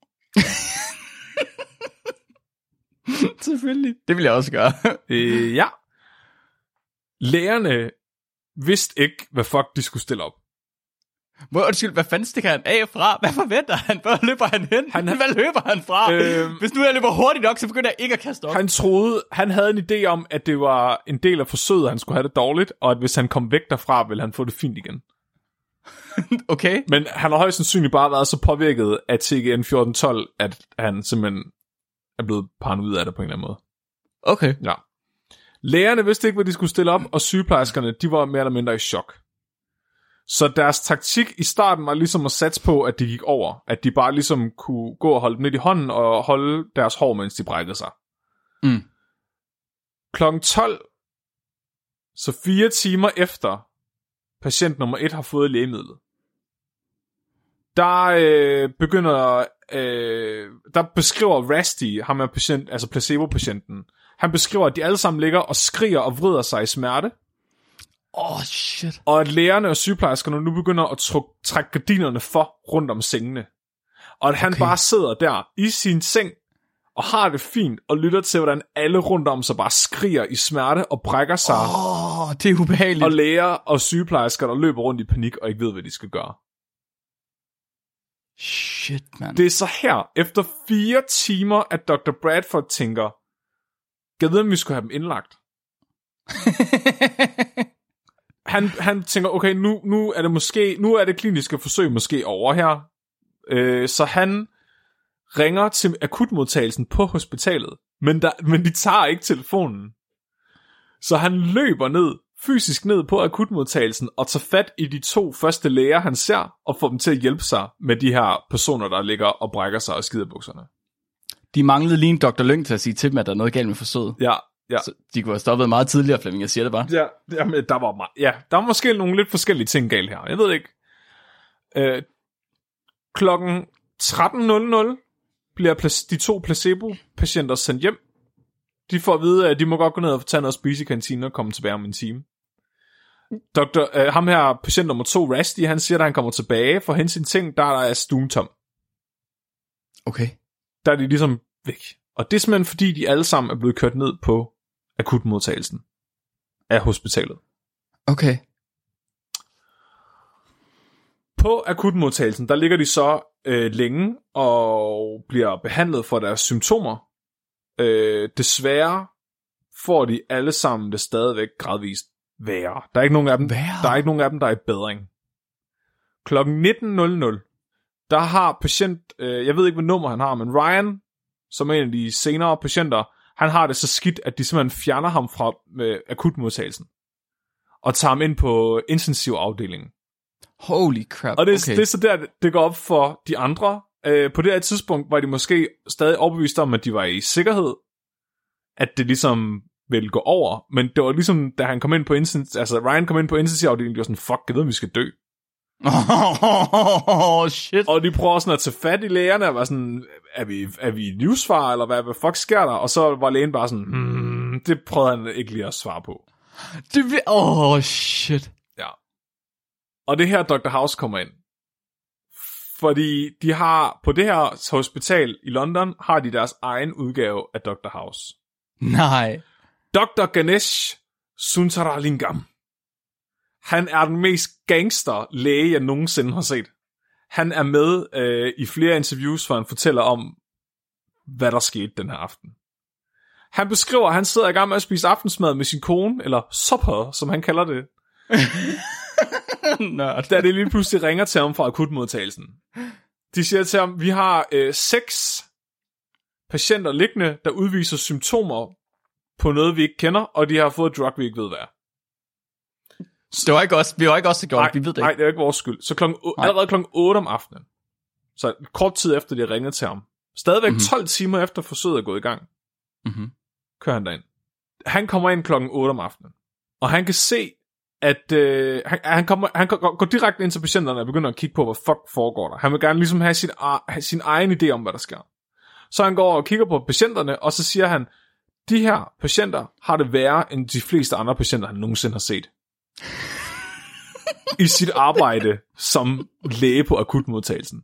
[SPEAKER 1] Selvfølgelig. Det vil jeg også gøre.
[SPEAKER 2] Ja. Lægerne vidste ikke, hvad fuck de skulle stille op.
[SPEAKER 1] Hvad fanden stikker han af fra? Hvad forventer han? Hvor løber han hen? Hvad løber han fra? Hvis nu jeg løber hurtigt nok, så begynder jeg ikke at kaste op.
[SPEAKER 2] Han havde en idé om, at det var en del af forsøget, at han skulle have det dårligt, og at hvis han kom væk derfra, ville han få det fint igen.
[SPEAKER 1] Okay.
[SPEAKER 2] Men han har højst sandsynligt bare været så påvirket af TGN 1412, at han simpelthen er blevet paranoid af det på en eller anden måde.
[SPEAKER 1] Okay.
[SPEAKER 2] Ja. Lægerne vidste ikke, hvad de skulle stille op, og sygeplejerskerne, de var mere eller mindre i chok. Så deres taktik i starten var ligesom at satse på, at de gik over. At de bare ligesom kunne gå og holde dem lidt i hånden, og holde deres hår, mens de brækkede sig.
[SPEAKER 1] Mm.
[SPEAKER 2] Klokken 12, så 4 timer efter patient nummer 1 har fået lægemidlet, der beskriver Rusty, ham er patient, altså placebo-patienten, han beskriver, at de alle sammen ligger og skriger og vrider sig i smerte.
[SPEAKER 1] Shit.
[SPEAKER 2] Og at lægerne og sygeplejerskerne nu begynder at trække gardinerne for rundt om sengene. Og at han bare sidder der i sin seng og har det fint og lytter til, hvordan alle rundt om sig bare skriger i smerte og brækker sig.
[SPEAKER 1] Det er ubehageligt.
[SPEAKER 2] Og læger og sygeplejersker, der løber rundt i panik og ikke ved, hvad de skal gøre.
[SPEAKER 1] Shit, man.
[SPEAKER 2] Det er så her, efter 4 timer, at Dr. Bradford tænker, jeg ved, om vi skulle have dem indlagt. Han tænker, okay, nu er det kliniske forsøg måske over her. Så han ringer til akutmodtagelsen på hospitalet, men de tager ikke telefonen. Så han løber fysisk ned på akutmodtagelsen og tager fat i de 2 første læger, han ser, og får dem til at hjælpe sig med de her personer, der ligger og brækker sig og skider bukserne.
[SPEAKER 1] De manglede lige en Dr. Lyng til at sige til dem, at der er noget galt med forsøget.
[SPEAKER 2] Ja.
[SPEAKER 1] Så de kunne have stoppet meget tidligere, Flemming, jeg siger det bare.
[SPEAKER 2] Ja, jamen, der var måske nogle lidt forskellige ting galt her. Jeg ved ikke. Klokken 13.00 bliver de 2 placebo-patienter sendt hjem. De får at vide, at de må godt gå ned og tage noget at spise i kantinen og komme tilbage om en time. Ham her, patient nummer 2, Rusty, han siger, at han kommer tilbage for at hente sine ting, der er stuen tom.
[SPEAKER 1] Okay.
[SPEAKER 2] Der er de ligesom væk. Og det er simpelthen fordi, de alle sammen er blevet kørt ned på akutmodtagelsen af hospitalet.
[SPEAKER 1] Okay.
[SPEAKER 2] På akutmodtagelsen, der ligger de så længe og bliver behandlet for deres symptomer. Desværre får de alle sammen det stadigvæk gradvist værre. Der er ikke nogen af dem, der er i bedring. Klokken 19.00, der har patient, jeg ved ikke, hvad nummer han har, men Ryan, som er en af de senere patienter, han har det så skidt, at de simpelthen fjerner ham fra akutmodtagelsen og tager ham ind på intensivafdelingen.
[SPEAKER 1] Holy crap.
[SPEAKER 2] Og det er så der, det går op for de andre. På det her tidspunkt var de måske stadig overbevist om, at de var i sikkerhed, at det ligesom ville gå over, men det var ligesom, da han kom ind på Ryan kom ind på intensivafdelingen, de var sådan, fuck, jeg ved, vi skal dø.
[SPEAKER 1] Shit.
[SPEAKER 2] Og de prøver sådan at tage fat i lægerne og var sådan, er vi i livsfare, eller hvad fuck sker der? Og så var lægen bare sådan, det prøvede han ikke lige at svare på.
[SPEAKER 1] Shit.
[SPEAKER 2] Ja. Og det her Dr. House kommer ind. Fordi de har, på det her hospital i London, har de deres egen udgave af Dr. House.
[SPEAKER 1] Nej.
[SPEAKER 2] Dr. Ganesh Sundaralingam. Han er den mest gangster læge, jeg nogensinde har set. Han er med i flere interviews, hvor han fortæller om, hvad der skete den her aften. Han beskriver, at han sidder i gang med at spise aftensmad med sin kone, eller supper, som han kalder det. Da det lige pludselig ringer til ham fra akutmodtagelsen. De siger til ham, vi har 6 patienter liggende, der udviser symptomer på noget, vi ikke kender, og de har fået et drug, vi ikke ved, hvad er.
[SPEAKER 1] Det var ikke os, vi var ikke os, der gjorde det, vi ved det ikke.
[SPEAKER 2] Nej, det er ikke vores skyld. Så allerede klokken 8 om aftenen, så kort tid efter, de har ringet til ham, stadigvæk 12 timer efter forsøget er gået i gang, kører han derind. Han kommer ind klokken 8 om aftenen, og han kan se, at han går direkte ind til patienterne og begynder at kigge på, hvad fuck foregår der. Han vil gerne ligesom have sin egen idé om, hvad der sker. Så han går og kigger på patienterne, og så siger han, de her patienter har det værre end de fleste andre patienter, han nogensinde har set. I sit arbejde som læge på akutmodtagelsen.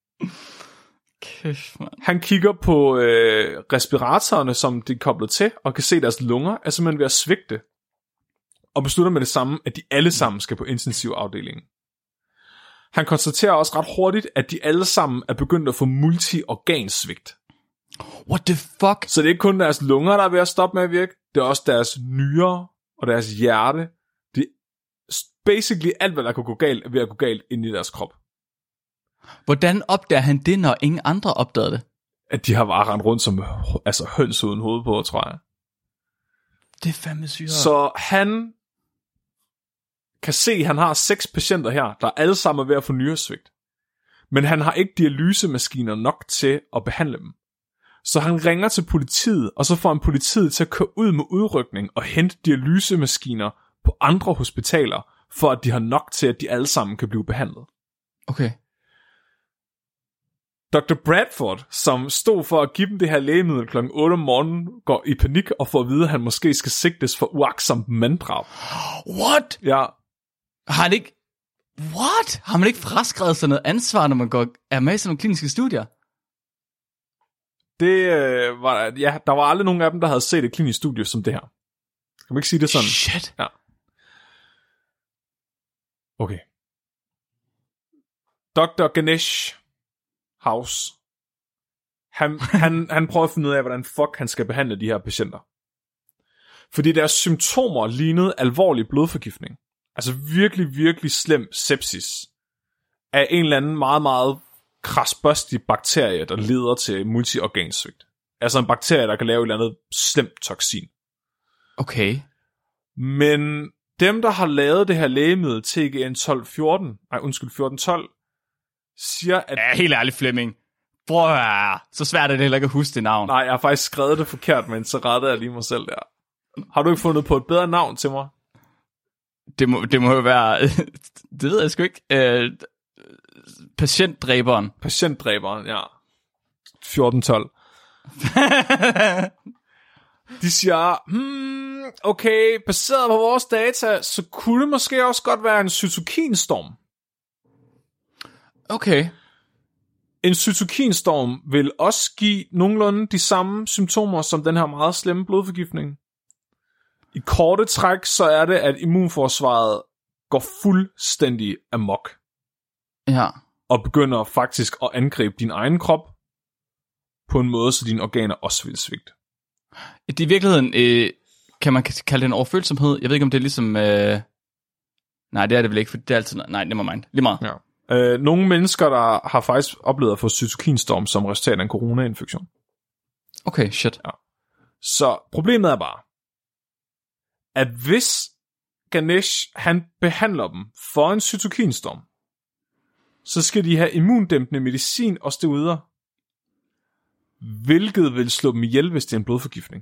[SPEAKER 1] Kæft, man.
[SPEAKER 2] Han kigger på respiratorerne, som de er koblet til, og kan se, deres lunger er simpelthen ved at svigte. Og beslutter med det samme, at de alle sammen skal på intensivafdelingen. Han konstaterer også ret hurtigt, at de alle sammen er begyndt at få multi-organsvigt.
[SPEAKER 1] What the fuck?
[SPEAKER 2] Så det er ikke kun deres lunger, der er ved at stoppe med at virke. Det er også deres nyrer og deres hjerte. Det er basically alt, hvad der kunne gå galt, er ved at gå galt ind i deres krop.
[SPEAKER 1] Hvordan opdager han det, når ingen andre opdagede det?
[SPEAKER 2] At de har bare rendt rundt som høns uden hoved på, tror jeg.
[SPEAKER 1] Det er fandme sygt.
[SPEAKER 2] Så han kan se, at han har 6 patienter her, der alle sammen er ved at få nyresvigt. Men han har ikke dialysemaskiner nok til at behandle dem. Så han ringer til politiet, og så får han politiet til at køre ud med udrykning og hente dialysemaskiner på andre hospitaler, for at de har nok til, at de alle sammen kan blive behandlet.
[SPEAKER 1] Okay.
[SPEAKER 2] Dr. Bradford, som stod for at give dem det her lægemiddel kl. 8 om morgenen, går i panik og får at vide, at han måske skal sigtes for uagtsomt manddrab.
[SPEAKER 1] What?
[SPEAKER 2] Ja.
[SPEAKER 1] Har man ikke fraskrevet sig noget ansvar, når man er med i sådan nogle kliniske studier?
[SPEAKER 2] Det der var aldrig nogen af dem, der havde set et klinisk studie som det her. Kan man ikke sige det sådan?
[SPEAKER 1] Shit.
[SPEAKER 2] Ja. Okay. Dr. Ganesh House. Han prøver at finde ud af, hvordan fuck han skal behandle de her patienter. Fordi deres symptomer lignede alvorlig blodforgiftning. Altså virkelig, virkelig slem sepsis. Af en eller anden meget, meget krasbørstig bakterie, der leder til multiorgansvigt. Altså en bakterie, der kan lave et eller andet slemt toksin.
[SPEAKER 1] Okay.
[SPEAKER 2] Men dem, der har lavet det her lægemiddel TGN 1412, siger, at...
[SPEAKER 1] Ja, helt ærligt, Flemming. Så svært er det heller ikke at huske det navn.
[SPEAKER 2] Nej, jeg har faktisk skrevet det forkert, men så rettede jeg lige mig selv der. Har du ikke fundet på et bedre navn til mig?
[SPEAKER 1] Det må jo være... det ved jeg sgu ikke. Patientdræberen.
[SPEAKER 2] Patientdræberen, ja. 1412. De siger, okay, baseret på vores data, så kunne det måske også godt være en cytokinstorm.
[SPEAKER 1] Okay.
[SPEAKER 2] En cytokinstorm vil også give nogenlunde de samme symptomer som den her meget slemme blodforgiftning. I korte træk, så er det, at immunforsvaret går fuldstændig amok.
[SPEAKER 1] Ja.
[SPEAKER 2] Og begynder faktisk at angribe din egen krop på en måde, så dine organer også vil svigte.
[SPEAKER 1] Det er i virkeligheden, kan man kalde det en overfølsomhed? Jeg ved ikke, om det er ligesom... Nej, det er det vel ikke, for det er altid... Nej, never mind. Lige meget.
[SPEAKER 2] Ja. Nogle mennesker, der har faktisk oplevet at få cytokinstorm som resultat af en coronainfektion.
[SPEAKER 1] Okay, shit.
[SPEAKER 2] Ja. Så problemet er bare, at hvis Ganesh, han behandler dem for en cytokinstorm, så skal de have immundæmpende medicin og steroider, hvilket vil slå dem ihjel, hvis det er en blodforgiftning.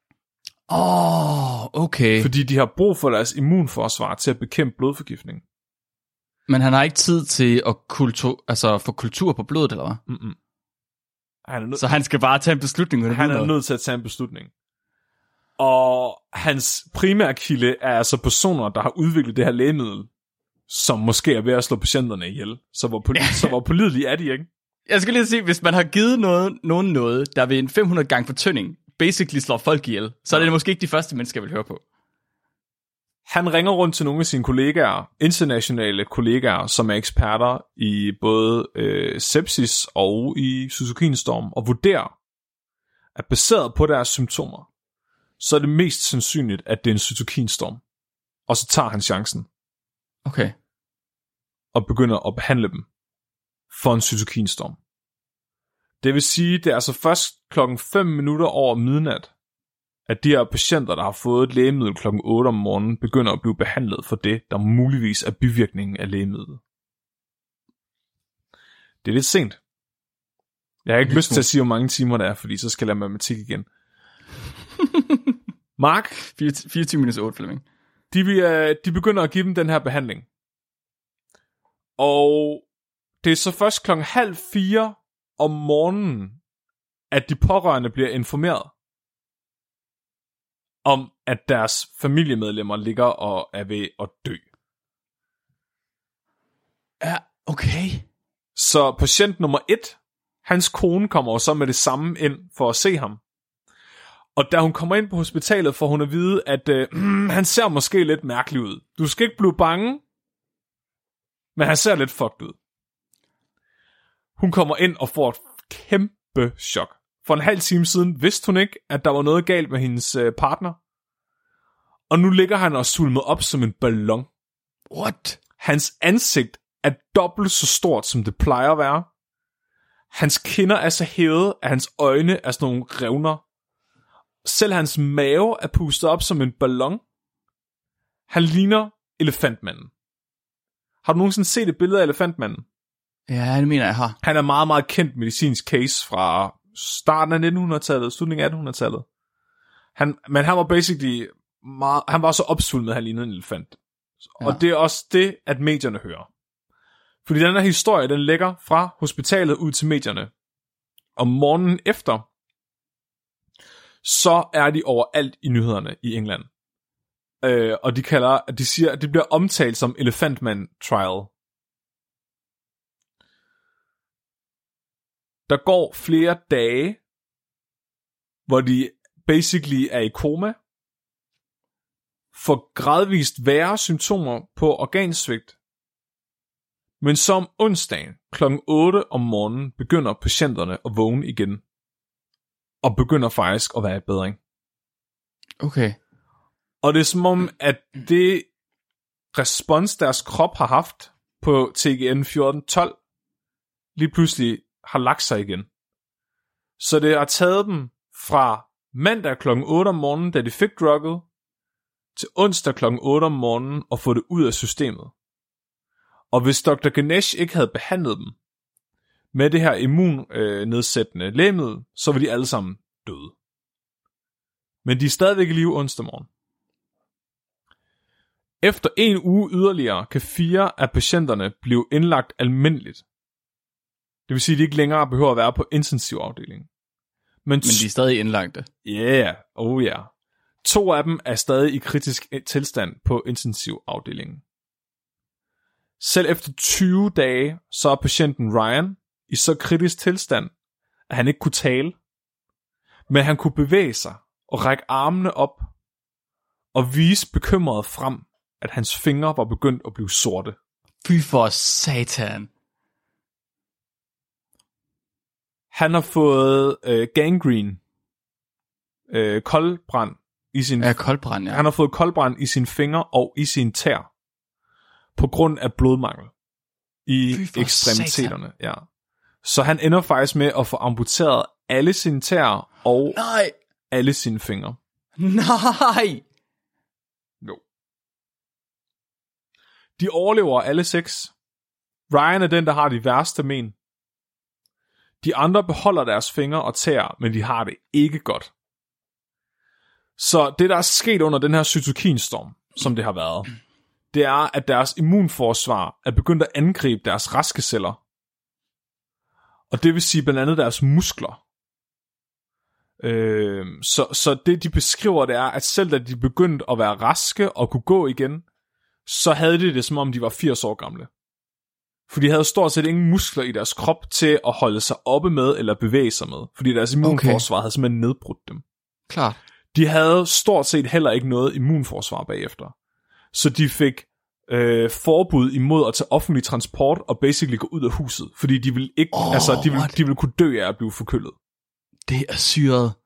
[SPEAKER 1] Okay.
[SPEAKER 2] Fordi de har brug for deres immunforsvar til at bekæmpe blodforgiftning.
[SPEAKER 1] Men han har ikke tid til at få kultur på blodet, eller hvad? Så han skal bare tage en beslutning?
[SPEAKER 2] Han er nødt til at tage en beslutning. Og hans primære kilde er altså personer, der har udviklet det her lægemiddel, som måske er ved at slå patienterne ihjel. Så hvor pålidelige er de, ikke?
[SPEAKER 1] Jeg skal lige sige, hvis man har givet nogen noget, der ved en 500 gange fortynding basically slår folk ihjel, så er det måske ikke de første mennesker, jeg vil høre på.
[SPEAKER 2] Han ringer rundt til nogle af sine kollegaer, internationale kollegaer, som er eksperter i både sepsis og i cytokinstorm, og vurderer, at baseret på deres symptomer, så er det mest sandsynligt, at det er en cytokinstorm. Og så tager han chancen.
[SPEAKER 1] Okay.
[SPEAKER 2] Og begynder at behandle dem for en cytokinstorm. Det vil sige, det er altså først 5:05 over midnat, at de her patienter, der har fået et lægemiddel kl. 8 om morgenen, begynder at blive behandlet for det, der muligvis er bivirkningen af lægemidlet. Det er lidt sent. Jeg har ikke lyst til at sige, hvor mange timer det er, fordi så skal jeg lade matematik igen. Mark?
[SPEAKER 1] 24 minus 8, Flemming.
[SPEAKER 2] De begynder at give dem den her behandling. Og det er så først kl. 3:30 om morgenen, at de pårørende bliver informeret om, at deres familiemedlemmer ligger og er ved at dø.
[SPEAKER 1] Ja, okay.
[SPEAKER 2] Så patient nummer 1, hans kone kommer så med det samme ind for at se ham. Og da hun kommer ind på hospitalet, får hun at vide, at han ser måske lidt mærkelig ud. Du skal ikke blive bange, men han ser lidt fucked ud. Hun kommer ind og får et kæmpe chok. For en halv time siden vidste hun ikke, at der var noget galt med hendes partner. Og nu ligger han og svulmet op som en ballon.
[SPEAKER 1] What?
[SPEAKER 2] Hans ansigt er dobbelt så stort, som det plejer at være. Hans kinder er så hævet, at hans øjne er sådan nogle revner. Selv hans mave er pustet op som en ballon. Han ligner elefantmanden. Har du nogensinde set et billede af elefantmanden?
[SPEAKER 1] Ja, det mener jeg har.
[SPEAKER 2] Han er meget, meget kendt medicinsk case fra starten af 1900-tallet, slutningen af 1800-tallet. Men han var basically han var så opsvulmet, at han lignede en elefant. Ja. Og det er også det, at medierne hører. Fordi den her historie, den lægger fra hospitalet ud til medierne. Om morgenen efter, så er de overalt i nyhederne i England. Og de siger, at det bliver omtalt som Elephantman Trial. Der går flere dage, hvor de basically er i koma, får gradvist værre symptomer på organsvigt, men som onsdagen kl. 8 om morgenen begynder patienterne at vågne igen, og begynder faktisk at være i bedring.
[SPEAKER 1] Okay.
[SPEAKER 2] Og det er som om, at det respons, deres krop har haft på TGN 1412, lige pludselig har lagt sig igen. Så det har taget dem fra mandag kl. 8 om morgenen, da de fik drugget, til onsdag kl. 8 om morgenen og få det ud af systemet. Og hvis Dr. Ganesh ikke havde behandlet dem med det her immunnedsættende lægemiddel, så var de alle sammen døde. Men de er stadigvæk i live onsdag morgen. Efter en uge yderligere kan 4 af patienterne blive indlagt almindeligt. Det vil sige, at de ikke længere behøver at være på intensivafdelingen. Men
[SPEAKER 1] de er stadig indlagte.
[SPEAKER 2] Yeah, oh yeah. 2 af dem er stadig i kritisk tilstand på intensivafdelingen. Selv efter 20 dage, så er patienten Ryan i så kritisk tilstand, at han ikke kunne tale. Men han kunne bevæge sig og række armene op og vise bekymret frem, at hans fingre var begyndt at blive sorte.
[SPEAKER 1] Fy for satan.
[SPEAKER 2] Han har fået gangrene, koldbrand i sin.
[SPEAKER 1] Ja, koldbrand, ja.
[SPEAKER 2] Han har fået koldbrand i sine fingre og i sin tær på grund af blodmangel i ekstremiteterne. Ja. Så han ender faktisk med at få amputeret alle sine tær og alle sine fingre.
[SPEAKER 1] Nej.
[SPEAKER 2] Jo. De overlever alle 6. Ryan er den, der har de værste men. De andre beholder deres fingre og tæer, men de har det ikke godt. Så det, der er sket under den her cytokinstorm, som det har været, det er, at deres immunforsvar er begyndt at angribe deres raske celler. Og det vil sige blandt andet deres muskler. Så det, de beskriver, det er, at selv da de begyndte at være raske og kunne gå igen, så havde de det, som om de var 80 år gamle. For de havde stort set ingen muskler i deres krop til at holde sig oppe med eller bevæge sig med. Fordi deres immunforsvar havde simpelthen nedbrudt dem.
[SPEAKER 1] Klart.
[SPEAKER 2] De havde stort set heller ikke noget immunforsvar bagefter. Så de fik forbud imod at tage offentlig transport og basically gå ud af huset. Fordi de ville ikke, de ville kunne dø af at blive forkølet.
[SPEAKER 1] Det er syret.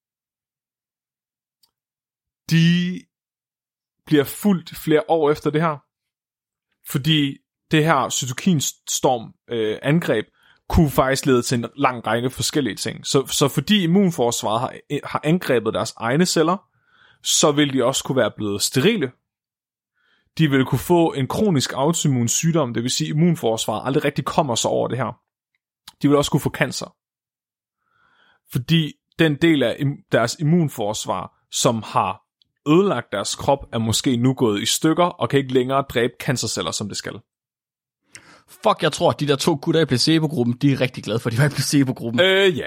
[SPEAKER 2] De bliver fulgt flere år efter det her. Fordi det her cytokinstorm angreb kunne faktisk lede til en lang række forskellige ting. Så fordi immunforsvaret har angrebet deres egne celler, så vil de også kunne være blevet sterile. De vil kunne få en kronisk autoimmun sygdom, det vil sige, at immunforsvaret aldrig rigtig kommer sig over det her. De vil også kunne få cancer. Fordi den del af deres immunforsvar, som har ødelagt deres krop, er måske nu gået i stykker, og kan ikke længere dræbe cancerceller, som det skal.
[SPEAKER 1] Fuck, jeg tror, at de der 2 gutter i placebo-gruppen, de er rigtig glade for, at de var i placebo-gruppen.
[SPEAKER 2] Ja.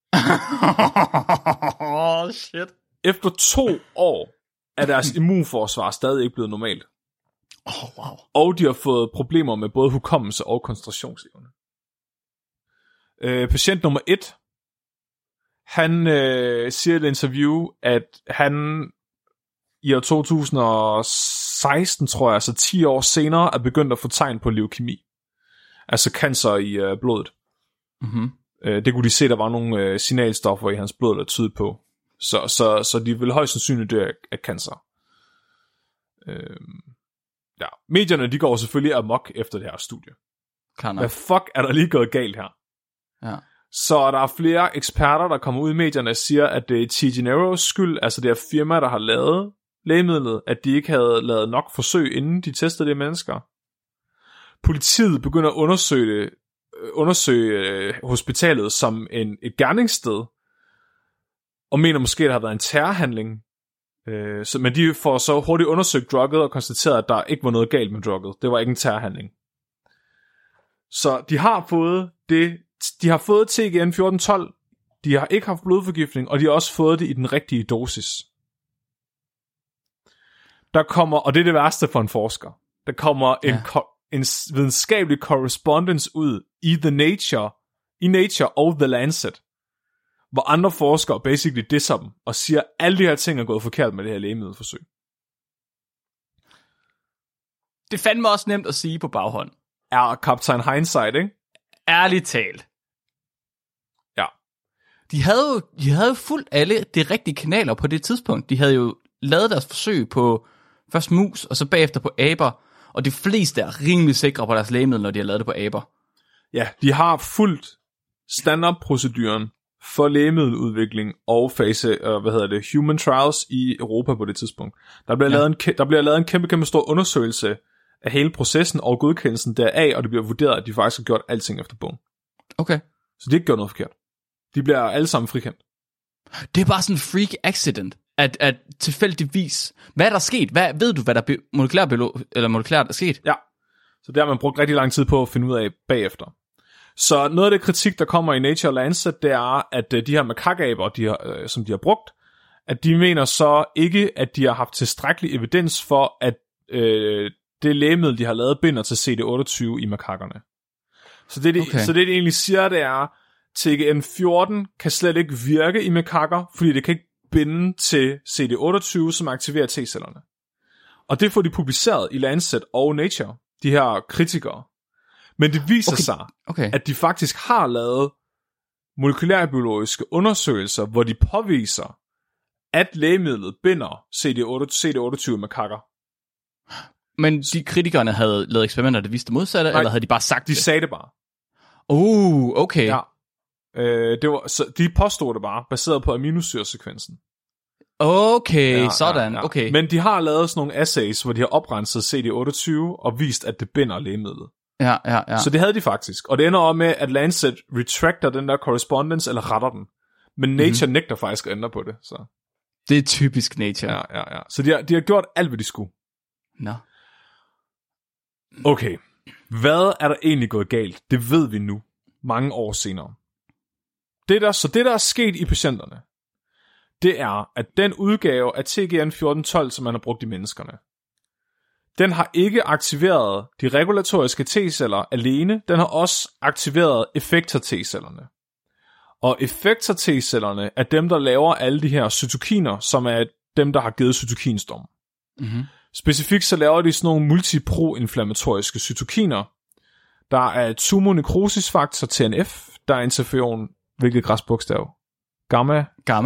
[SPEAKER 1] Shit.
[SPEAKER 2] Efter 2 år er deres immunforsvar stadig ikke blevet normalt.
[SPEAKER 1] Wow.
[SPEAKER 2] Og de har fået problemer med både hukommelse og koncentrationsevne. Patient nummer 1, han siger i et interview, at han i år 2016, tror jeg, altså 10 år senere, er begyndt at få tegn på leukemi. Altså cancer i blodet.
[SPEAKER 1] Mm-hmm.
[SPEAKER 2] Det kunne de se, der var nogle signalstoffer i hans blod, der tydede på. Så de vil højst sandsynligt dø af cancer. Ja. Medierne, de går selvfølgelig amok efter det her studie. Hvad fuck er der lige gået galt her?
[SPEAKER 1] Ja.
[SPEAKER 2] Så der er flere eksperter, der kommer ud i medierne og siger, at det er T. Gennaros skyld, altså det er firma, der har lavet lægemidlet, at de ikke havde lavet nok forsøg, inden de testede det mennesker. Politiet begynder at undersøge hospitalet som et gerningssted, og mener måske, at der har været en terrorhandling. Men de får så hurtigt undersøgt drugget og konstateret, at der ikke var noget galt med drugget. Det var ikke en terrorhandling. Så de har fået det. De har fået TGN 1412. De har ikke haft blodforgiftning, og de har også fået det i den rigtige dosis. Der kommer, og det er det værste for en forsker, der kommer en videnskabelig correspondence ud i Nature og The Lancet, hvor andre forskere basically disser dem, og siger, at alle de her ting er gået forkert med det her lægemiddelforsøg.
[SPEAKER 1] Det fandme også nemt at sige på baghånd.
[SPEAKER 2] Er Kaptajn Hindsight, ikke?
[SPEAKER 1] Ærligt talt.
[SPEAKER 2] Ja.
[SPEAKER 1] De havde jo fulgt alle de rigtige kanaler på det tidspunkt. De havde jo lavet deres forsøg på først mus, og så bagefter på aber, og de fleste er rimelig sikre på deres lægemiddel, når de har lavet det på aber.
[SPEAKER 2] Ja, de har fulgt standardproceduren for lægemiddeludvikling og human trials i Europa på det tidspunkt. Der bliver lavet en kæmpe stor undersøgelse af hele processen og godkendelsen deraf, og det bliver vurderet, at de faktisk har gjort alting efter bogen.
[SPEAKER 1] Okay.
[SPEAKER 2] Så de har ikke gjort noget forkert. De bliver alle sammen frikendt.
[SPEAKER 1] Det er bare sådan en freak accident, at tilfældigvis... Hvad er der sket? Ved du, hvad der molekylært er sket?
[SPEAKER 2] Ja, så det har man brugt rigtig lang tid på at finde ud af bagefter. Så noget af det kritik, der kommer i Nature og Lancet, det er, at de her makakaber, som de har brugt, at de mener så ikke, at de har haft tilstrækkelig evidens for, at det lægemiddel, de har lavet, binder til CD28 i makakkerne. Så det egentlig siger, det er, TGN14 kan slet ikke virke i makakker, fordi det kan ikke binde til CD28, som aktiverer T-cellerne. Og det får de publiceret i Lancet og Nature, de her kritikere. Men det viser sig, at de faktisk har lavet molekylærbiologiske undersøgelser, hvor de påviser, at lægemidlet binder CD28 i makakker.
[SPEAKER 1] Men de kritikerne havde lavet eksperimenter, der viste det modsatte, eller havde de bare sagt
[SPEAKER 2] det? De sagde det bare.
[SPEAKER 1] Okay.
[SPEAKER 2] Ja. De påstod det bare, baseret på aminosyresekvensen.
[SPEAKER 1] Okay, sådan. Ja. Okay.
[SPEAKER 2] Men de har lavet sådan nogle assays, hvor de har oprenset CD28 og vist, at det binder lægemidlet.
[SPEAKER 1] Ja.
[SPEAKER 2] Så det havde de faktisk. Og det ender også med, at Lancet retracter den der correspondence, eller retter den. Men Nature nægter faktisk at ændre på det. Så.
[SPEAKER 1] Det er typisk Nature.
[SPEAKER 2] Ja. Så de har gjort alt, hvad de skulle.
[SPEAKER 1] Nå.
[SPEAKER 2] Okay. Hvad er der egentlig gået galt? Det ved vi nu. Mange år senere. Det der er sket i patienterne, det er, at den udgave af TGN 1412, som man har brugt i menneskerne, den har ikke aktiveret de regulatoriske T-celler alene, den har også aktiveret effektor T-cellerne. Og effektor T-cellerne er dem, der laver alle de her cytokiner, som er dem, der har givet cytokinstorm.
[SPEAKER 1] Mm-hmm.
[SPEAKER 2] Specifikt så laver de sådan nogle multiproinflammatoriske cytokiner. Der er tumornekrosisfaktor TNF, der er interferon, hvilket græsbogstav? Gamma?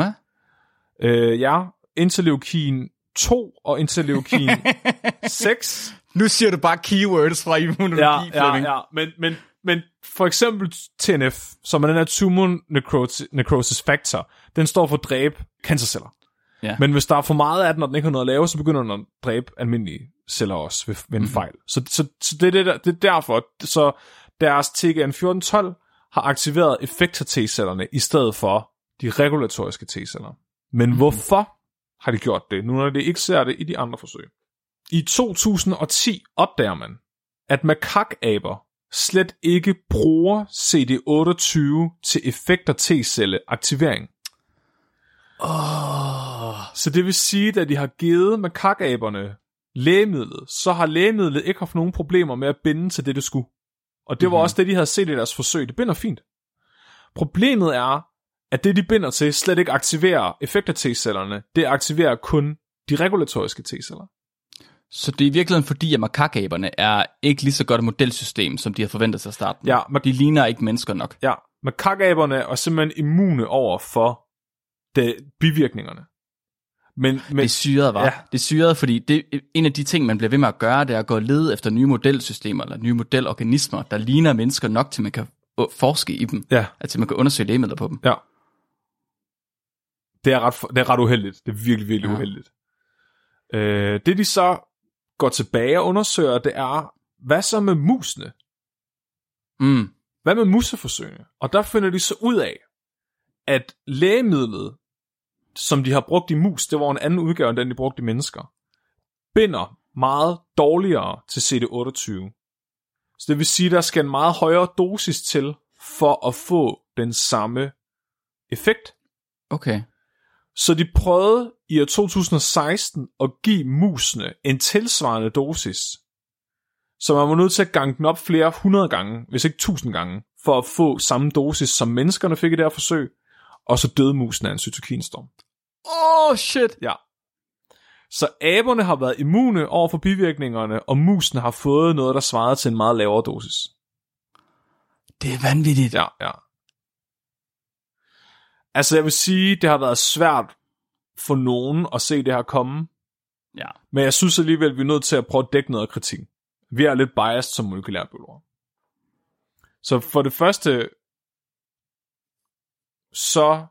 [SPEAKER 2] Ja, interleukin 2 og interleukin 6.
[SPEAKER 1] Nu siger du bare keywords fra immunologi.
[SPEAKER 2] Ja, men Men for eksempel TNF, som er den her tumor necrosis factor, den står for at dræbe cancerceller.
[SPEAKER 1] Ja.
[SPEAKER 2] Men hvis der er for meget af den, og den ikke har noget at lave, så begynder den at dræbe almindelige celler også ved en fejl. Så det er derfor, så deres TGN1412 har aktiveret effektor T-cellerne i stedet for de regulatoriske T-celler. Men hvorfor har de gjort det, nu når de ikke ser det i de andre forsøg? I 2010 opdager man, at makakaber slet ikke bruger CD28 til effektor T-celle aktivering. Så det vil sige, at de har givet makakaberne lægemidlet, så har lægemidlet ikke haft nogen problemer med at binde til det skulle. Og det var også det, de havde set i deres forsøg. Det binder fint. Problemet er, at det, de binder til, slet ikke aktiverer effektor T-cellerne. Det aktiverer kun de regulatoriske T-celler.
[SPEAKER 1] Så det er i virkeligheden fordi, at makakaberne er ikke lige så godt et modelsystem, som de har forventet sig at starte med.
[SPEAKER 2] Ja,
[SPEAKER 1] de ligner ikke mennesker nok.
[SPEAKER 2] Ja, makakaberne er simpelthen immune over for bivirkningerne. Men det
[SPEAKER 1] er syret, var. Ja. Det er syret, fordi en af de ting, man bliver ved med at gøre, det er at gå og lede efter nye modelsystemer, eller nye modelorganismer, der ligner mennesker nok, til man kan forske i dem.
[SPEAKER 2] Ja.
[SPEAKER 1] Altså, man kan undersøge lægemidler på dem.
[SPEAKER 2] Ja. Det er ret uheldigt. Det er virkelig, virkelig uheldigt. Det de så går tilbage og undersøger, det er, hvad så med musene? Hvad med museforsøgene? Og der finder de så ud af, at lægemidlet, som de har brugt i mus, det var en anden udgave end den, de brugte i mennesker, binder meget dårligere til CD28. Så det vil sige, at der skal en meget højere dosis til, for at få den samme effekt.
[SPEAKER 1] Okay.
[SPEAKER 2] Så de prøvede i år 2016 at give musene en tilsvarende dosis. Så man var nødt til at gange den op flere 100 gange, hvis ikke 1000 gange, for at få samme dosis, som menneskerne fik i det her forsøg. Og så døde musene af en cytokinstorm.
[SPEAKER 1] Shit!
[SPEAKER 2] Ja. Så aberne har været immune over for bivirkningerne, og musene har fået noget, der svarede til en meget lavere dosis.
[SPEAKER 1] Det er vanvittigt.
[SPEAKER 2] Ja. Altså jeg vil sige, det har været svært for nogen at se det her komme.
[SPEAKER 1] Ja.
[SPEAKER 2] Men jeg synes alligevel, vi er nødt til at prøve at dække noget af kritikken. Vi er lidt biased som molekylærbiologer. Så for det første, så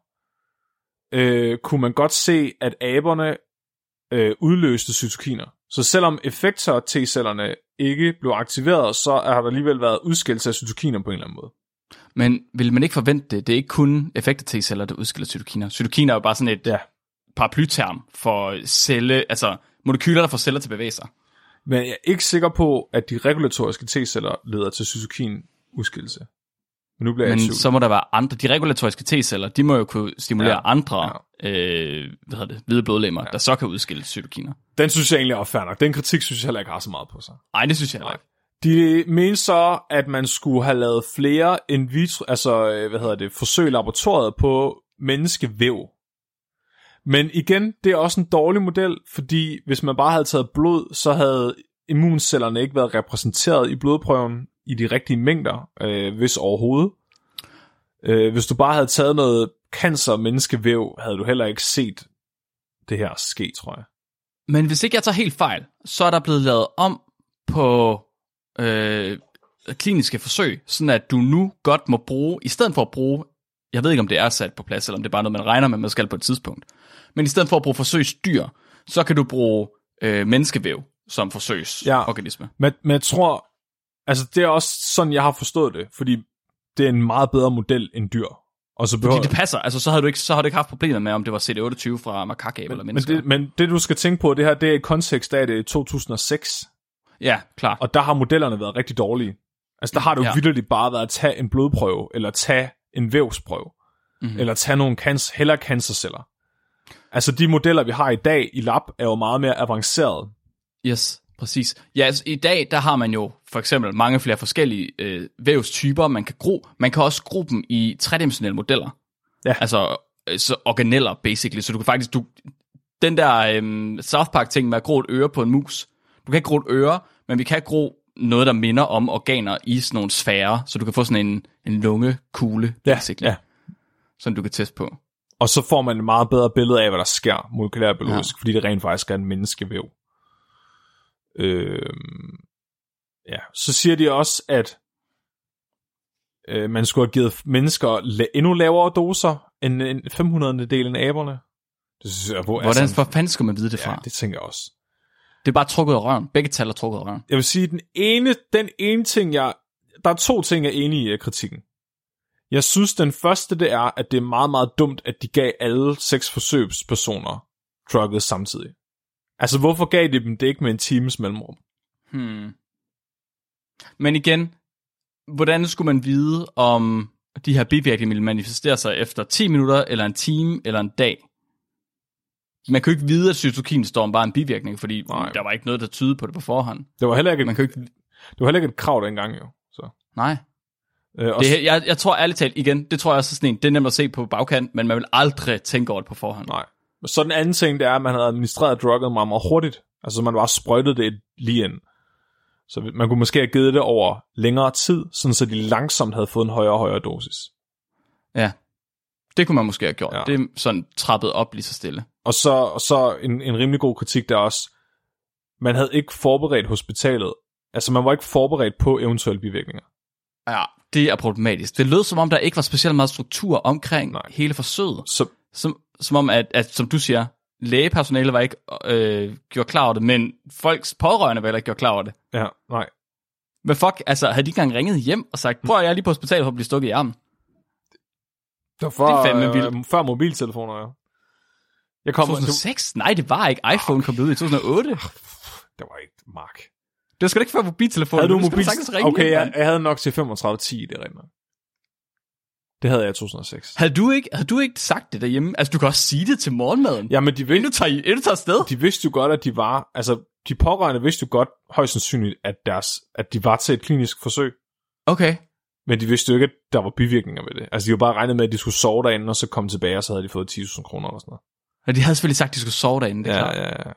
[SPEAKER 2] kunne man godt se, at aberne udløste cytokiner. Så selvom effektor T-cellerne ikke blev aktiveret, så har der alligevel været udskillelse af cytokiner på en eller anden måde.
[SPEAKER 1] Men vil man ikke forvente det? Det er ikke kun effektor T-celler, der udskiller cytokiner. Cytokiner er jo bare sådan et paraplyterm for altså molekyler, der får celler til at bevæge sig.
[SPEAKER 2] Men jeg er ikke sikker på, at de regulatoriske T-celler leder til cytokinudskillelse. Men
[SPEAKER 1] så må der være andre. De regulatoriske T-celler, de må jo kunne stimulere andre hvide blodlegemer, der så kan udskille cytokiner.
[SPEAKER 2] Den synes jeg egentlig er fair nok. Den kritik synes jeg heller ikke har så meget på sig.
[SPEAKER 1] Nej, det synes jeg heller ikke.
[SPEAKER 2] De mener så, at man skulle have lavet flere in vitro, forsøg i laboratoriet på menneskevæv. Men igen, det er også en dårlig model, fordi hvis man bare havde taget blod, så havde immuncellerne ikke været repræsenteret i blodprøven i de rigtige mængder, hvis overhovedet. Hvis du bare havde taget noget cancer-menneskevæv, havde du heller ikke set det her ske, tror jeg.
[SPEAKER 1] Men hvis ikke jeg tager helt fejl, så er der blevet lavet om på kliniske forsøg, sådan at du nu godt må bruge, i stedet for at bruge, jeg ved ikke om det er sat på plads, eller om det er bare noget, man regner med, man skal på et tidspunkt, men i stedet for at bruge forsøgsdyr, så kan du bruge menneskevæv som forsøgsorganisme.
[SPEAKER 2] Men jeg tror, altså det er også sådan, jeg har forstået det, fordi det er en meget bedre model end dyr. Og så
[SPEAKER 1] fordi det passer, altså så har du ikke haft problemer med, om det var CD28 fra makakaber eller mennesker.
[SPEAKER 2] Men det du skal tænke på, det her, det er i kontekst af det 2006.
[SPEAKER 1] Ja, klar.
[SPEAKER 2] Og der har modellerne været rigtig dårlige. Altså der har det jo vitterligt bare været at tage en blodprøve, eller tage en vævsprøve, eller tage nogle cancerceller. Altså de modeller, vi har i dag i lab, er jo meget mere avancerede.
[SPEAKER 1] Yes, præcis. Ja, altså, i dag, der har man jo for eksempel mange flere forskellige vævstyper, man kan gro. Man kan også gro dem i tredimensionelle modeller.
[SPEAKER 2] Ja.
[SPEAKER 1] Altså så organeller, basically. Så du kan faktisk, den der South Park-ting med at gro et øre på en mus, du kan ikke gro et øre, men vi kan gro noget, der minder om organer i sådan nogle sfærer, så du kan få sådan en lungekugle, basically, som du kan teste på.
[SPEAKER 2] Og så får man et meget bedre billede af, hvad der sker molekylærbiologisk, fordi det rent faktisk er en menneskevæv. Så siger de også, at man skulle have givet mennesker endnu lavere doser end en 500. del af aberne. Det synes jeg,
[SPEAKER 1] hvordan fanden skal man vide det fra?
[SPEAKER 2] Ja, det tænker jeg også.
[SPEAKER 1] Det er bare trukket af røven. Begge tal er trukket af røven.
[SPEAKER 2] Jeg vil sige, den ene ting, der er 2 ting, jeg er enig i kritikken. Jeg synes, den første, det er, at det er meget, meget dumt, at de gav alle 6 forsøgspersoner drugget samtidig. Altså, hvorfor gav de dem det ikke med en times mellemrum?
[SPEAKER 1] Men igen, hvordan skulle man vide, om de her bivirkninger ville manifestere sig efter 10 minutter, eller en time, eller en dag? Man kan jo ikke vide, at cytokinstorm var en bivirkning, fordi der var ikke noget, der tydede på det på forhånd.
[SPEAKER 2] Det var heller ikke et krav dengang, jo. Så.
[SPEAKER 1] Nej. Jeg tror ærligt talt, igen, det tror jeg også sådan en, det er nemt at se på bagkant, men man vil aldrig tænke over det på forhånd.
[SPEAKER 2] Nej. Så den anden ting, det er, at man havde administreret drugget meget, meget hurtigt. Altså man bare sprøjtede det lige ind. Så man kunne måske have givet det over længere tid, sådan så de langsomt havde fået en højere og højere dosis.
[SPEAKER 1] Ja, det kunne man måske have gjort. Ja. Det er sådan trappet op lige så stille.
[SPEAKER 2] Og så en rimelig god kritik der også. Man havde ikke forberedt hospitalet. Altså man var ikke forberedt på eventuelle bivirkninger.
[SPEAKER 1] Ja, det er problematisk. Det lød som om, der ikke var specielt meget struktur omkring hele forsøget. Som om, at som du siger, lægepersonalet var ikke gjort klar over det, men folks pårørende var heller ikke gjort klar over det.
[SPEAKER 2] Ja, nej.
[SPEAKER 1] Men fuck, altså, havde de ikke engang ringet hjem og sagt, prøv at jeg er lige på hospitalet for at blive stukket i armen?
[SPEAKER 2] Det var før mobiltelefoner, ja.
[SPEAKER 1] 2006? Nej, det var ikke. iPhone kom ud i 2008.
[SPEAKER 2] Det var ikke Mark.
[SPEAKER 1] Det var sgu da ikke før mobiltelefoner.
[SPEAKER 2] Havde du mobiltelefon? Okay, jeg havde nok til 3510, det er rigtigt. Det havde jeg i 2006.
[SPEAKER 1] Havde du ikke sagt det derhjemme? Altså, du kan også sige det til morgenmaden.
[SPEAKER 2] Ja, men
[SPEAKER 1] inden du tager afsted.
[SPEAKER 2] De vidste jo godt, at de var... Altså, de pårørende vidste jo godt, højst sandsynligt, at de var til et klinisk forsøg.
[SPEAKER 1] Okay.
[SPEAKER 2] Men de vidste jo ikke, at der var bivirkninger ved det. Altså, de var bare regnet med, at de skulle sove derinde, og så komme tilbage, og så havde de fået 10.000 kroner eller sådan noget.
[SPEAKER 1] Ja, de havde selvfølgelig sagt, at de skulle sove derinde, det er klart.
[SPEAKER 2] Ja.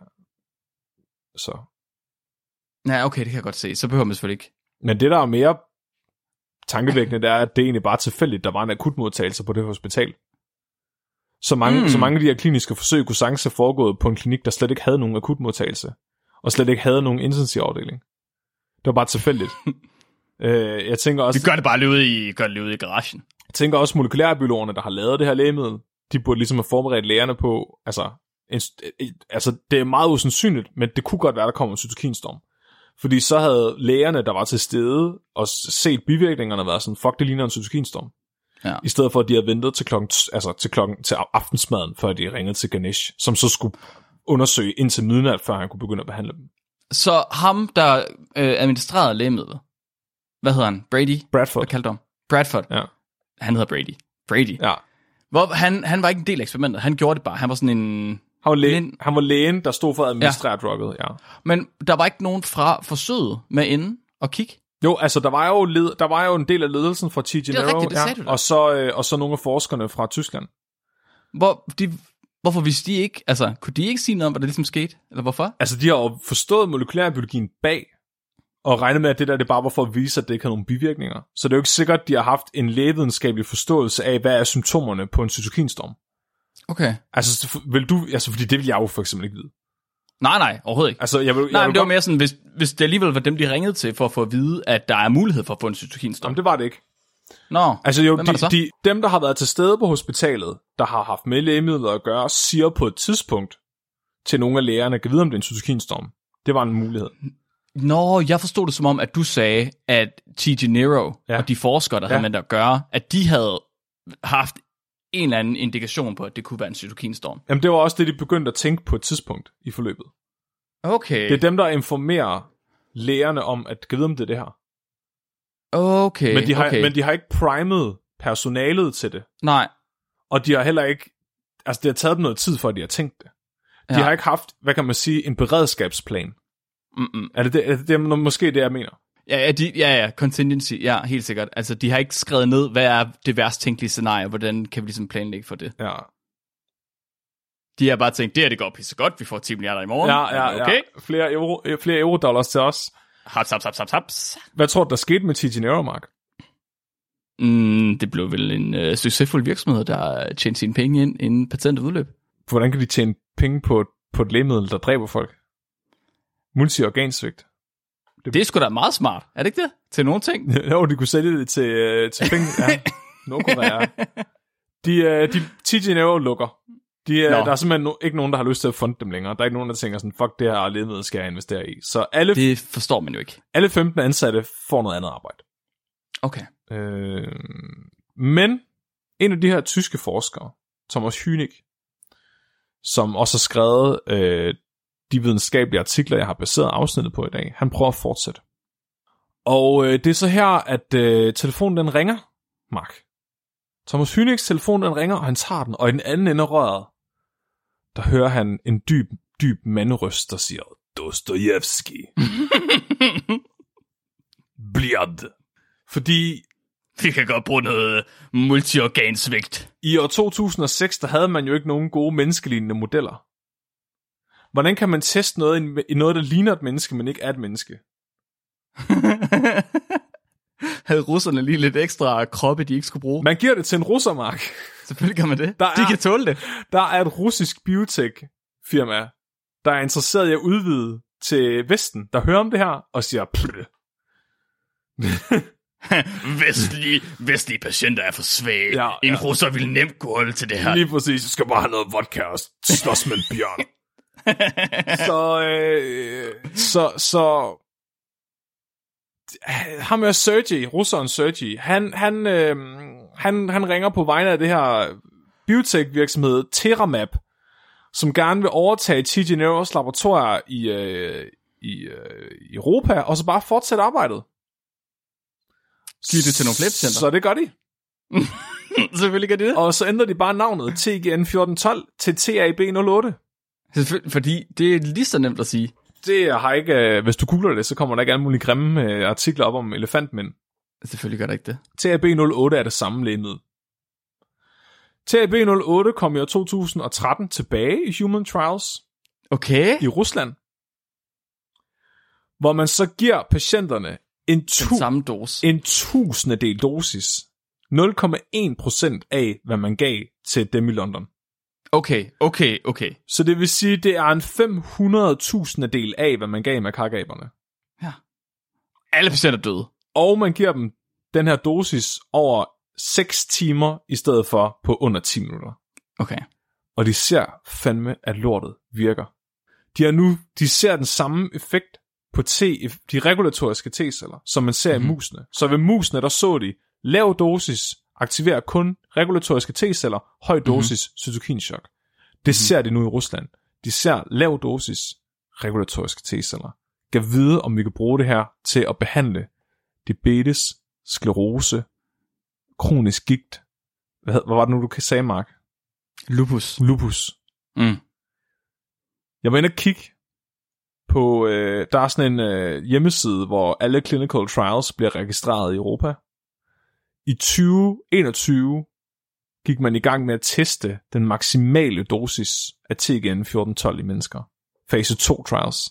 [SPEAKER 2] Så.
[SPEAKER 1] Ja, okay, det kan jeg godt se. Så behøver man selvfølgelig ikke.
[SPEAKER 2] Men det, der er mere tankevækkende, det er, at det egentlig bare tilfældigt, der var en akutmodtagelse på det hospital. Så mange af de her kliniske forsøg kunne sagtens have foregået på en klinik, der slet ikke havde nogen akutmodtagelse, og slet ikke havde nogen intensivafdeling. Det var bare tilfældigt. Jeg tænker også...
[SPEAKER 1] Vi gør det bare ude i garagen.
[SPEAKER 2] Jeg tænker også, molekylærbiologerne, der har lavet det her lægemiddel, de burde ligesom have forberedt lægerne på... Altså, det er meget usandsynligt, men det kunne godt være, der kommer en cytokinstorm. Fordi så havde lægerne, der var til stede og set bivirkningerne, været sådan, fuck, det ligner en cytokinstorm.
[SPEAKER 1] Ja.
[SPEAKER 2] I stedet for, at de havde ventet til aftensmaden, før de ringede til Ganesh, som så skulle undersøge indtil midnat, før han kunne begynde at behandle dem.
[SPEAKER 1] Så ham, der administrerede lægemidlet, hvad hedder han?
[SPEAKER 2] Bradford.
[SPEAKER 1] Hvad kaldte han? Bradford.
[SPEAKER 2] Ja.
[SPEAKER 1] Han hedder Brady.
[SPEAKER 2] Ja.
[SPEAKER 1] Han var ikke en del af eksperimentet. Han gjorde det bare. Han var sådan en...
[SPEAKER 2] Han var lægen, der stod for at administrere drugget, ja.
[SPEAKER 1] Men der var ikke nogen fra forsøget med inden og kigge?
[SPEAKER 2] Jo, altså der var jo en del af ledelsen fra T. Gennaro, og så nogle af forskerne fra Tyskland.
[SPEAKER 1] Hvorfor vidste de ikke, altså kunne de ikke sige noget om, hvad der ligesom skete? Eller hvorfor?
[SPEAKER 2] Altså de har jo forstået molekylærbiologien bag, og regnet med, at det bare var for at vise, at det ikke havde nogen bivirkninger. Så det er jo ikke sikkert, at de har haft en lægevidenskabelig forståelse af, hvad er symptomerne på en cytokinstorm.
[SPEAKER 1] Okay.
[SPEAKER 2] Altså, fordi det vil jeg jo for eksempel ikke vide.
[SPEAKER 1] Nej, overhovedet ikke.
[SPEAKER 2] Altså,
[SPEAKER 1] men det var mere sådan, hvis det alligevel var dem, de ringede til, for at få at vide, at der er mulighed for at få en cytokinstorm.
[SPEAKER 2] Jamen, det var det ikke.
[SPEAKER 1] Nå,
[SPEAKER 2] altså jo, dem, der har været til stede på hospitalet, der har haft med lægemidler at gøre, siger på et tidspunkt til nogle af lægerne, kan vide, om det er en cytokinstorm. Det var en mulighed.
[SPEAKER 1] Nå, jeg forstod det som om, at du sagde, at T. Gennaro og de forskere, der havde med det at gøre, at de havde haft en eller anden indikation på, at det kunne være en cytokinstorm.
[SPEAKER 2] Jamen, det var også det, de begyndte at tænke på et tidspunkt i forløbet.
[SPEAKER 1] Okay.
[SPEAKER 2] Det er dem, der informerer lægerne om, at kan vide, om det er det her.
[SPEAKER 1] Okay.
[SPEAKER 2] Men de har ikke primet personalet til det.
[SPEAKER 1] Nej.
[SPEAKER 2] Og de har heller ikke... Altså, det har taget dem noget tid, for at de har tænkt det. De har ikke haft, hvad kan man sige, en beredskabsplan. Er det måske det, jeg mener?
[SPEAKER 1] Ja, contingency, ja, helt sikkert. Altså, de har ikke skrevet ned, hvad er det værst tænkelige scenarie, hvordan kan vi ligesom planlægge for det.
[SPEAKER 2] Ja.
[SPEAKER 1] De har bare tænkt, det går pisse godt, vi får 10 milliarder i morgen.
[SPEAKER 2] Ja.
[SPEAKER 1] Okay.
[SPEAKER 2] Flere eurodollars til os.
[SPEAKER 1] Haps.
[SPEAKER 2] Hvad tror du, der skete med T. Gennaro, Mark?
[SPEAKER 1] Det blev vel en succesfuld virksomhed, der tjente sine penge ind, inden patentet udløb.
[SPEAKER 2] Hvordan kan de tjene penge på et lægemiddel, der dræber folk? Multiorgansvigt.
[SPEAKER 1] Det er sgu da meget smart, er det ikke det? Til nogle ting?
[SPEAKER 2] Jo, de kunne sælge det til penge. Ja, Nordkorea. De TG Nero lukker. Der er simpelthen ikke nogen, der har lyst til at funde dem længere. Der er ikke nogen, der tænker sådan, fuck det her lægemiddel skal jeg investere i. Så
[SPEAKER 1] det forstår man jo ikke.
[SPEAKER 2] Alle 15 ansatte får noget andet arbejde.
[SPEAKER 1] Okay.
[SPEAKER 2] Men en af de her tyske forskere, Thomas Hünig, som også har skrevet de videnskabelige artikler, jeg har baseret afsnittet på i dag, han prøver at fortsætte. Og det er så her, at telefonen den ringer, Mark. Thomas Hünigs telefon den ringer, og han tager den, og i den anden ende af røret, der hører han en dyb mandrøst, der siger, Dostojevski. Bliad. Fordi
[SPEAKER 1] vi kan godt bruge noget multiorgansvigt.
[SPEAKER 2] I år 2006, der havde man jo ikke nogen gode menneskelignende modeller. Hvordan kan man teste noget i noget, der ligner et menneske, men ikke er et menneske?
[SPEAKER 1] Havde russerne lige lidt ekstra kroppe, de ikke skulle bruge?
[SPEAKER 2] Man giver det til en russer, Mark.
[SPEAKER 1] Selvfølgelig kan man det. De kan tåle det.
[SPEAKER 2] Der er et russisk biotech-firma, der er interesseret i at udvide til Vesten, der hører om det her og siger,
[SPEAKER 1] Vestlige patienter er for svage. En russer vil nemt gå holde til det her.
[SPEAKER 2] Lige præcis. Jeg skal bare have noget vodka og slås med en bjørn. Så ham er Sergej, russeren Sergej, han ringer på vegne af det her biotech-virksomhed Teramap, som gerne vil overtage TG Neros laboratorier i Europa, og så bare fortsætte arbejdet.
[SPEAKER 1] Giv det til nogle flere patienter.
[SPEAKER 2] Så det gør de.
[SPEAKER 1] Selvfølgelig gør de det.
[SPEAKER 2] Og så ændrer de bare navnet TGN 1412 til TAB 08.
[SPEAKER 1] Fordi det er lige så nemt at sige.
[SPEAKER 2] Det har ikke, hvis du googler det, så kommer der ikke alle mulige grimme artikler op om elefantmænd.
[SPEAKER 1] Selvfølgelig gør der ikke det.
[SPEAKER 2] TAB 08 er det samme lægemiddel. TAB 08 kom i år 2013 tilbage i Human Trials.
[SPEAKER 1] Okay.
[SPEAKER 2] I Rusland. Hvor man så giver patienterne en 1000 dosis. 0,1% af, hvad man gav til dem i London.
[SPEAKER 1] Okay.
[SPEAKER 2] Så det vil sige, det er en 500.000 del af, hvad man gav med kargaberne.
[SPEAKER 1] Ja. Alle patienter døde.
[SPEAKER 2] Og man giver dem den her dosis over 6 timer, i stedet for på under 10 minutter.
[SPEAKER 1] Okay.
[SPEAKER 2] Og de ser fandme, at lortet virker. De ser den samme effekt på de regulatoriske T-celler, som man ser i musene. Så ved musene, der så de, lav dosis aktiverer kun regulatoriske T-celler, høj dosis cytokinchok. Det ser de nu i Rusland. De ser lav dosis regulatoriske T-celler. Kan vide, om vi kan bruge det her til at behandle diabetes, sklerose, kronisk gigt. Hvad var det nu, du sagde, Mark?
[SPEAKER 1] Lupus.
[SPEAKER 2] Jeg var inde og kigge på, der er sådan en hjemmeside, hvor alle clinical trials bliver registreret i Europa. I 2021 gik man i gang med at teste den maksimale dosis af TGN 1412 i mennesker. Fase 2 trials.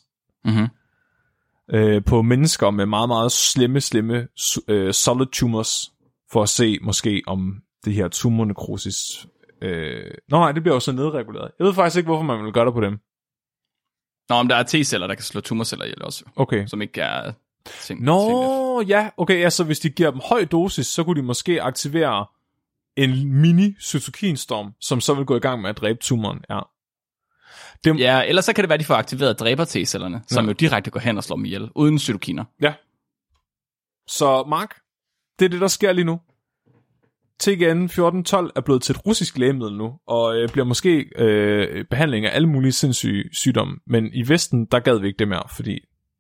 [SPEAKER 2] På mennesker med meget, meget slemme solid tumors, for at se måske om det her tumornekrosis. Nej, det bliver jo så nedreguleret. Jeg ved faktisk ikke, hvorfor man vil gøre det på dem.
[SPEAKER 1] Om der er T-celler, der kan slå tumorceller ihjel også.
[SPEAKER 2] Okay.
[SPEAKER 1] Som ikke er ting.
[SPEAKER 2] Ja. Okay, ja, så hvis de giver dem høj dosis, så kunne de måske aktivere en mini-cytokinstorm, som så vil gå i gang med at dræbe tumoren. Ja.
[SPEAKER 1] Ja, ellers så kan det være, at de får aktiveret dræber T-cellerne, som jo direkte går hen og slår dem ihjel, uden cytokiner.
[SPEAKER 2] Ja. Så Mark, det er det, der sker lige nu. TGN 1412 er blevet til et russisk lægemiddel nu, og bliver måske behandling af alle mulige sindssyge sygdomme, men i Vesten, der gad vi ikke det mere, fordi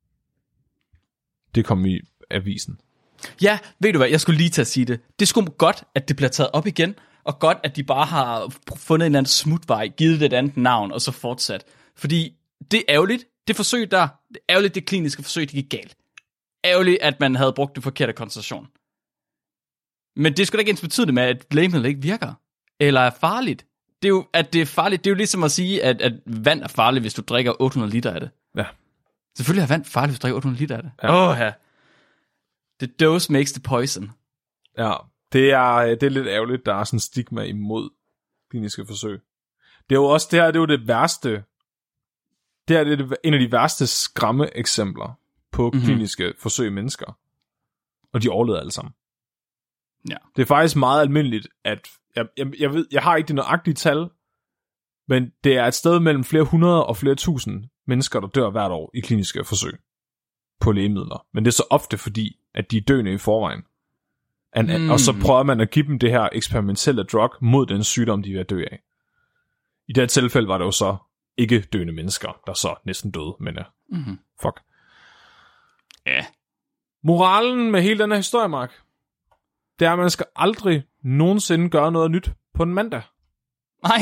[SPEAKER 2] det kom i avisen.
[SPEAKER 1] Ja, ved du hvad, jeg skulle lige til at sige det. Det er sgu godt, at det bliver taget op igen, og godt, at de bare har fundet en anden smutvej, givet det et andet navn, og så fortsat. Fordi det er ærgerligt, det forsøg der, det er ærgerligt, det kliniske forsøg, det gik galt. Ærgerligt, at man havde brugt det forkerte koncentration. Men det er sgu da ikke ens betydende med, at lægemidlet ikke virker, eller er farligt. Det er jo, at det er farligt, det er jo ligesom at sige, at vand er farligt, hvis du drikker 800 liter af det.
[SPEAKER 2] Ja.
[SPEAKER 1] Selvfølgelig er vand farligt, hvis du drikker 800 liter af det. Ja. The dose makes the poison.
[SPEAKER 2] Ja, det er lidt ærgerligt, der er sådan en stigma imod kliniske forsøg. Det er jo også, det er jo det værste, det er en af de værste skræmme eksempler på kliniske forsøg i mennesker. Og de overlevede alle sammen.
[SPEAKER 1] Ja.
[SPEAKER 2] Det er faktisk meget almindeligt, at jeg har ikke det nøjagtige tal, men det er et sted mellem flere hundrede og flere tusind mennesker, der dør hvert år i kliniske forsøg på lægemidler. Men det er så ofte fordi, at de er døende i forvejen. Og så prøver man at give dem det her eksperimentelle drug mod den sygdom, de er ved at dø af. I det her tilfælde var det jo så ikke døende mennesker, der så næsten døde, men fuck.
[SPEAKER 1] Ja.
[SPEAKER 2] Moralen med hele den her historie, Mark, det er, at man skal aldrig nogensinde gøre noget nyt på en mandag.
[SPEAKER 1] Nej.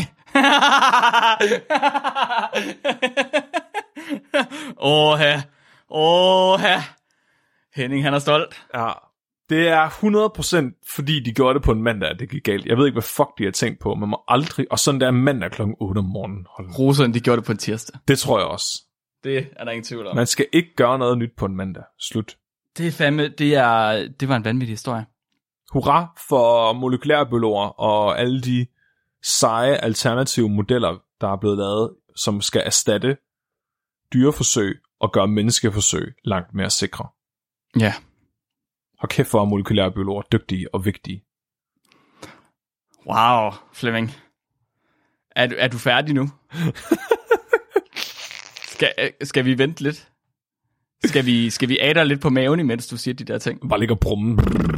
[SPEAKER 1] Åh. Henning, han er stolt.
[SPEAKER 2] Ja, det er 100% fordi de gjorde det på en mandag, at det gik galt. Jeg ved ikke, hvad fuck de har tænkt på. Man må aldrig, og sådan der mandag kl. 8 om morgenen.
[SPEAKER 1] Ruserne, de gjorde det på en tirsdag.
[SPEAKER 2] Det tror jeg også.
[SPEAKER 1] Det er der ingen tvivl om.
[SPEAKER 2] Man skal ikke gøre noget nyt på en mandag. Slut.
[SPEAKER 1] Det er fandme, det var en vanvittig historie.
[SPEAKER 2] Hurra for molekylærbiologer og alle de seje alternative modeller, der er blevet lavet, som skal erstatte dyreforsøg og gøre menneskeforsøg langt mere sikre.
[SPEAKER 1] Ja.
[SPEAKER 2] Og kæft for molekylærbiologer, dygtige og vigtige.
[SPEAKER 1] Wow, Flemming. Er du færdig nu? Skal vi vente lidt? Skal vi adre lidt på maven, imens du siger de der ting?
[SPEAKER 2] Bare ligge og brumme.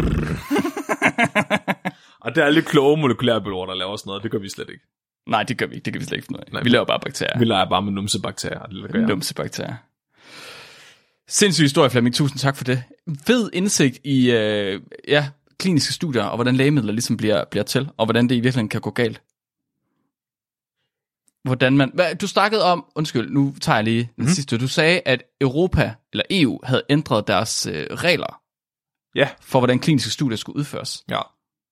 [SPEAKER 2] Og det er lidt kloge molekylærbiologer, der laver sådan noget. Det gør vi slet ikke.
[SPEAKER 1] Nej, det gør vi ikke. Det kan vi slet ikke finde ud af. Vi laver bare bakterier.
[SPEAKER 2] Vi leger bare med numsebakterier.
[SPEAKER 1] Numsebakterier. Sindssyg historie, Flemming. Tusind tak for det. Fed indsigt i kliniske studier, og hvordan lægemidler ligesom bliver til, og hvordan det i virkeligheden kan gå galt. Du snakkede om, undskyld, nu tager jeg lige den sidste. Du sagde, at Europa, eller EU, havde ændret deres regler for, hvordan kliniske studier skulle udføres.
[SPEAKER 2] Ja.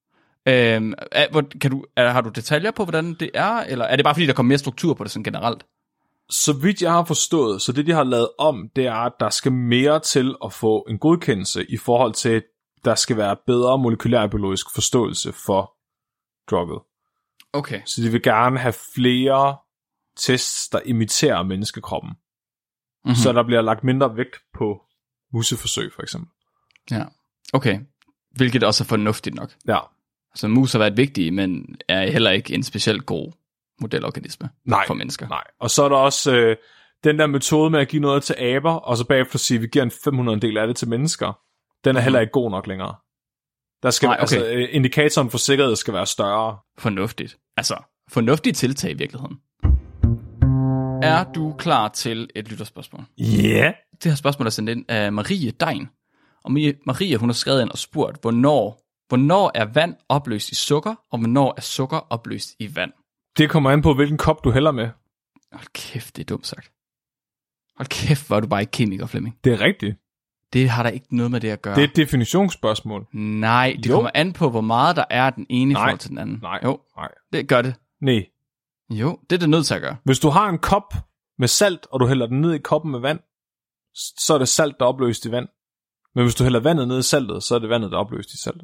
[SPEAKER 1] Har du detaljer på, hvordan det er, eller er det bare fordi, der kommer mere struktur på det sådan generelt?
[SPEAKER 2] Så vidt jeg har forstået, så det de har lavet om, det er, at der skal mere til at få en godkendelse i forhold til, at der skal være bedre molekylærbiologisk forståelse for drugget.
[SPEAKER 1] Okay.
[SPEAKER 2] Så de vil gerne have flere tests, der imiterer menneskekroppen. Mm-hmm. Så der bliver lagt mindre vægt på museforsøg, for eksempel.
[SPEAKER 1] Ja, okay. Hvilket også er fornuftigt nok.
[SPEAKER 2] Ja.
[SPEAKER 1] Så mus har været vigtige, men er heller ikke en specielt god modelorganisme for mennesker. Nej,
[SPEAKER 2] og så er der også den der metode med at give noget til aber, og så bagefter sige, at vi giver en 500 del af det til mennesker. Den er heller ikke god nok længere. Der skal indikatoren for sikkerhed skal være større.
[SPEAKER 1] Fornuftigt. Altså, fornuftigt tiltag i virkeligheden. Er du klar til et lytterspørgsmål?
[SPEAKER 2] Ja. Yeah.
[SPEAKER 1] Det her spørgsmål er sendt ind af Marie Dein. Og Marie, hun har skrevet ind og spurgt, hvornår er vand opløst i sukker, og hvornår er sukker opløst i vand?
[SPEAKER 2] Det kommer an på, hvilken kop du hælder med.
[SPEAKER 1] Hold kæft, det er dumt sagt. Hold kæft, hvor er du bare ikke kemiker, Flemming.
[SPEAKER 2] Det er rigtigt.
[SPEAKER 1] Det har der ikke noget med det at gøre.
[SPEAKER 2] Det er et definitionsspørgsmål.
[SPEAKER 1] Nej, det kommer an på, hvor meget der er den ene i forhold til den anden.
[SPEAKER 2] Nej.
[SPEAKER 1] Det gør det.
[SPEAKER 2] Nej.
[SPEAKER 1] Jo, det er det nødt til at gøre.
[SPEAKER 2] Hvis du har en kop med salt, og du hælder den ned i koppen med vand, så er det salt, der er opløst i vand. Men hvis du hælder vandet ned i saltet, så er det vandet, der er opløst i saltet.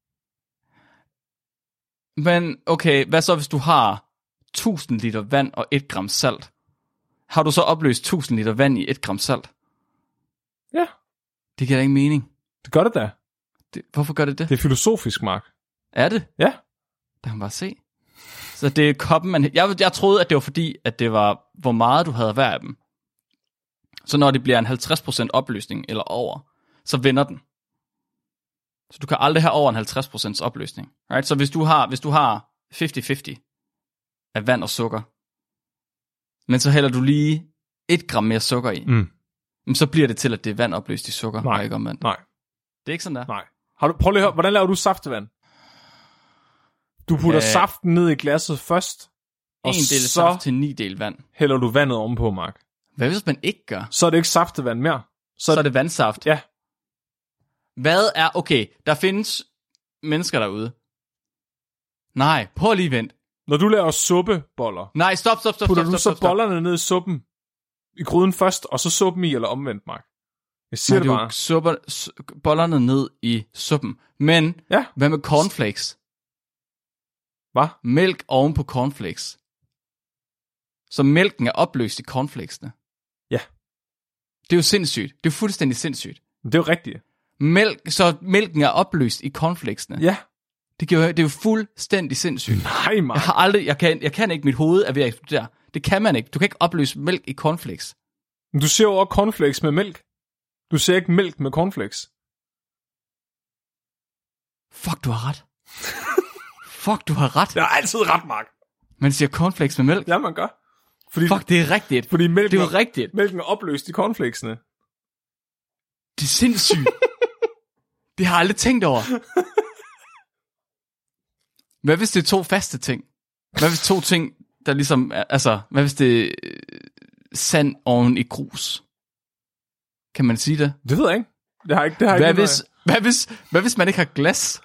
[SPEAKER 1] Men okay, hvad så hvis du har 1000 liter vand og 1 gram salt? Har du så opløst 1000 liter vand i 1 gram salt?
[SPEAKER 2] Ja. Det
[SPEAKER 1] giver da ingen mening.
[SPEAKER 2] Det gør det da.
[SPEAKER 1] Hvorfor gør det det?
[SPEAKER 2] Det er filosofisk, Mark.
[SPEAKER 1] Er det?
[SPEAKER 2] Ja.
[SPEAKER 1] Der kan man bare se. Så det er koppen, man... Jeg troede, at det var fordi, at det var, hvor meget du havde hver af dem. Så når det bliver en 50% opløsning eller over, så vender den. Så du kan aldrig have over en 50% opløsning. Right? Så hvis du har 50-50 af vand og sukker, men så hælder du lige 1 gram mere sukker i, så bliver det til, at det er vand opløst i sukker.
[SPEAKER 2] Nej,
[SPEAKER 1] ikke omvendt.
[SPEAKER 2] nej.
[SPEAKER 1] Det er ikke sådan der.
[SPEAKER 2] Nej. Prøv lige at høre, hvordan laver du saftevand? Du putter saften ned i glasset først, og
[SPEAKER 1] 1 del saft til 9 del vand.
[SPEAKER 2] Hælder du vandet ovenpå, Mark.
[SPEAKER 1] Hvad hvis man ikke gør?
[SPEAKER 2] Så er det ikke saftevand mere.
[SPEAKER 1] Så er det vandsaft.
[SPEAKER 2] Ja.
[SPEAKER 1] Hvad er... Okay, der findes mennesker derude. Nej, prøv lige vent.
[SPEAKER 2] Når du laver suppeboller...
[SPEAKER 1] Nej, stop.
[SPEAKER 2] Putter du så bollerne ned i suppen i gryden først, og så suppen i, eller omvendt, Mark? Jeg siger det bare.
[SPEAKER 1] Bollerne ned i suppen. Men, hvad med cornflakes?
[SPEAKER 2] Hvad?
[SPEAKER 1] Mælk oven på cornflakes. Så mælken er opløst i cornflakesene.
[SPEAKER 2] Ja.
[SPEAKER 1] Det er jo sindssygt. Det er jo fuldstændig sindssygt.
[SPEAKER 2] Det er jo rigtigt.
[SPEAKER 1] Mælken er opløst i cornflakesene.
[SPEAKER 2] Ja.
[SPEAKER 1] Det er jo fuldstændig sindssygt.
[SPEAKER 2] Nej, man.
[SPEAKER 1] Jeg kan ikke, mit hoved er ved at eksplodere. Det kan man ikke. Du kan ikke opløse mælk i cornflakes.
[SPEAKER 2] Men du ser jo også cornflakes med mælk. Du ser ikke mælk med cornflakes.
[SPEAKER 1] Fuck, du har ret. Fuck, du har ret.
[SPEAKER 2] Jeg har altid ret, Mark.
[SPEAKER 1] Man siger cornflakes med mælk.
[SPEAKER 2] Ja, man gør. Fordi,
[SPEAKER 1] Fuck, det er rigtigt.
[SPEAKER 2] Fordi
[SPEAKER 1] det er jo rigtigt.
[SPEAKER 2] Mælken er opløst i cornflakesene.
[SPEAKER 1] Det er sindssygt. Det har jeg aldrig tænkt over. Hvad hvis det er 2 faste ting? Hvad hvis 2 ting, der ligesom... Altså, hvad hvis det er sand oven i grus? Kan man sige det?
[SPEAKER 2] Det ved jeg ikke. Det har ikke
[SPEAKER 1] Hvad hvis man ikke har glas?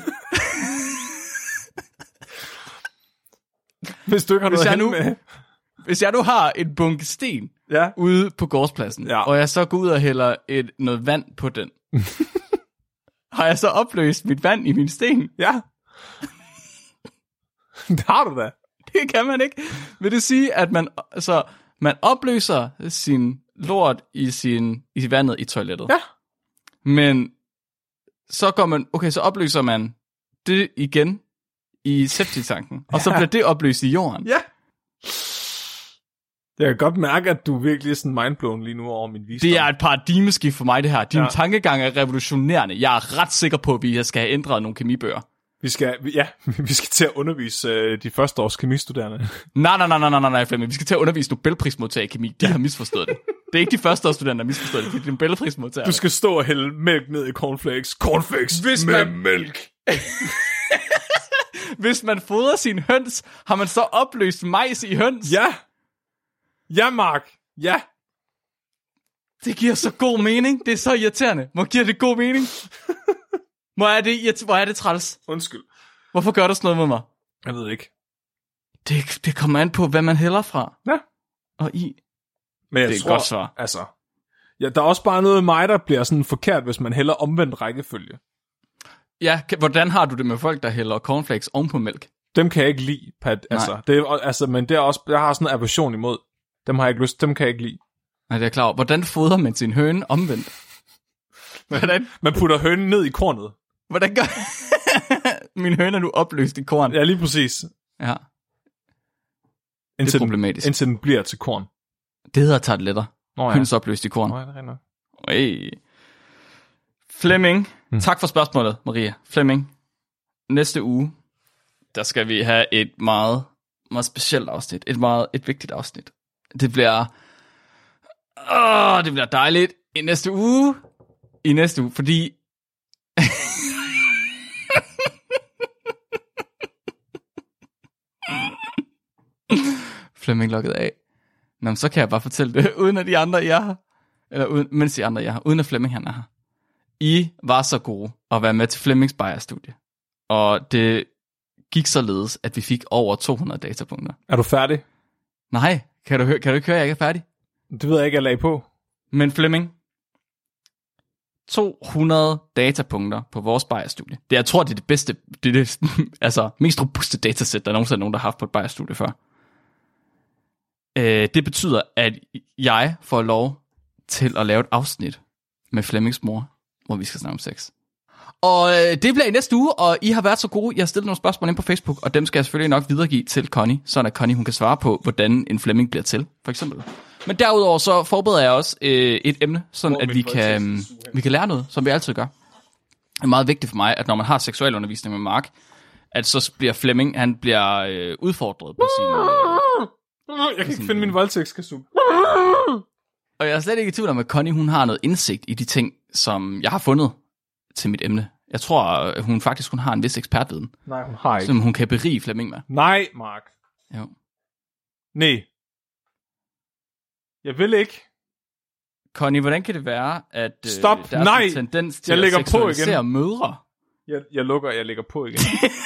[SPEAKER 2] Hvis du ikke har noget med...
[SPEAKER 1] Hvis jeg nu har en bunke sten ude på gårdspladsen, og jeg så går ud og hælder noget vand på den, har jeg så opløst mit vand i min sten?
[SPEAKER 2] Ja. Det har du da.
[SPEAKER 1] Det kan man ikke. Vil det sige, at man opløser sin lort i vandet i toilettet?
[SPEAKER 2] Ja. Men
[SPEAKER 1] så opløser man det igen i septiktanken, og så bliver det opløst i jorden.
[SPEAKER 2] Ja. Jeg kan godt mærke, at du virkelig er sådan mindblown lige nu over min visdom.
[SPEAKER 1] Det er et paradigmeskift for mig, det her. Din tankegang er revolutionerende. Jeg er ret sikker på, at vi skal have ændret nogle kemibøger. Vi
[SPEAKER 2] skal til at undervise de første års kemistuderende.
[SPEAKER 1] Nej, Flemming. Vi skal til at undervise Nobelprismodtagere i kemi. De har misforstået det. Det er ikke de første års studerende, der har misforstået det. Det er Nobelprismodtagere.
[SPEAKER 2] Du skal stå og hælde mælk ned i cornflakes. Cornflakes med mælk.
[SPEAKER 1] Hvis man fodrer sin høns, har man så opløst majs i høns?
[SPEAKER 2] Ja. Ja, Mark. Ja.
[SPEAKER 1] Det giver så god mening. Det er så irriterende. Hvor giver det god mening? Hvor er det træls?
[SPEAKER 2] Undskyld.
[SPEAKER 1] Hvorfor gør du sådan noget med mig?
[SPEAKER 2] Jeg ved ikke.
[SPEAKER 1] Det kommer an på, hvad man hælder fra.
[SPEAKER 2] Ja.
[SPEAKER 1] Og i.
[SPEAKER 2] Men
[SPEAKER 1] det er et godt svar.
[SPEAKER 2] Altså, ja, der er også bare noget af mig, der bliver sådan forkert, hvis man hælder omvendt rækkefølge.
[SPEAKER 1] Ja, hvordan har du det med folk, der hælder cornflakes oven på mælk?
[SPEAKER 2] Dem kan jeg ikke lide, Pat. Men det er også, jeg har sådan en aversion imod. Dem har jeg ikke lyst, dem kan jeg ikke lide.
[SPEAKER 1] Nej, det er klar. Hvordan fodrer man sin høne omvendt?
[SPEAKER 2] Hvordan? Man putter hønen ned i kornet.
[SPEAKER 1] Hvordan gør min høne er nu opløst i korn?
[SPEAKER 2] Ja, lige præcis.
[SPEAKER 1] Ja. Det er problematisk.
[SPEAKER 2] Indtil den bliver til korn.
[SPEAKER 1] Det hedder tarteletter. Høns opløst i korn.
[SPEAKER 2] Nå, ja, det er nok.
[SPEAKER 1] Flemming. Tak for spørgsmålet, Maria. Flemming. Næste uge, der skal vi have et meget, meget specielt afsnit. Et vigtigt afsnit. Det bliver dejligt i næste uge, fordi Flemming logget af. Nå, så kan jeg bare fortælle det, uden at de andre er her. Eller mens de andre er her. Uden at Flemming han er her. I var så gode at være med til Flemmings Bayer-studie. Og det gik således, at vi fik over 200 datapunkter.
[SPEAKER 2] Er du færdig?
[SPEAKER 1] Nej, kan du ikke høre, at jeg ikke er færdig?
[SPEAKER 2] Det ved jeg ikke, jeg lagde på.
[SPEAKER 1] Men Flemming, 200 datapunkter på vores Bayer-studie. Jeg tror, det er det bedste, det er det altså, mest robuste datasæt, der nogensinde er nogen, der har haft på et Bayer-studie før. Det betyder, at jeg får lov til at lave et afsnit med Flemmings mor, hvor vi skal snakke om sex. Og det bliver i næste uge, og I har været så gode. Jeg har stillet nogle spørgsmål ind på Facebook, og dem skal jeg selvfølgelig nok videregive til Connie, så at Connie hun kan svare på, hvordan en Flemming bliver til, for eksempel. Men derudover så forbereder jeg også et emne, sådan at vi kan lære noget, som vi altid gør. Det er meget vigtigt for mig, at når man har seksualundervisning med Mark, at så bliver Flemming, han bliver udfordret på sin...
[SPEAKER 2] Jeg kan ikke finde min voldtægtskasup.
[SPEAKER 1] Og jeg er slet ikke i tvivl om, at Connie hun har noget indsigt i de ting, som jeg har fundet til mit emne. Jeg tror, at hun har en vis ekspertviden.
[SPEAKER 2] Nej, hun har ikke.
[SPEAKER 1] Som hun kan berige Flemming med.
[SPEAKER 2] Nej, Mark.
[SPEAKER 1] Jo.
[SPEAKER 2] Nej. Jeg vil ikke.
[SPEAKER 1] Connie, hvordan kan det være, at
[SPEAKER 2] stop.
[SPEAKER 1] Der er en tendens til at seksualisere mødre?
[SPEAKER 2] Jeg lægger på igen.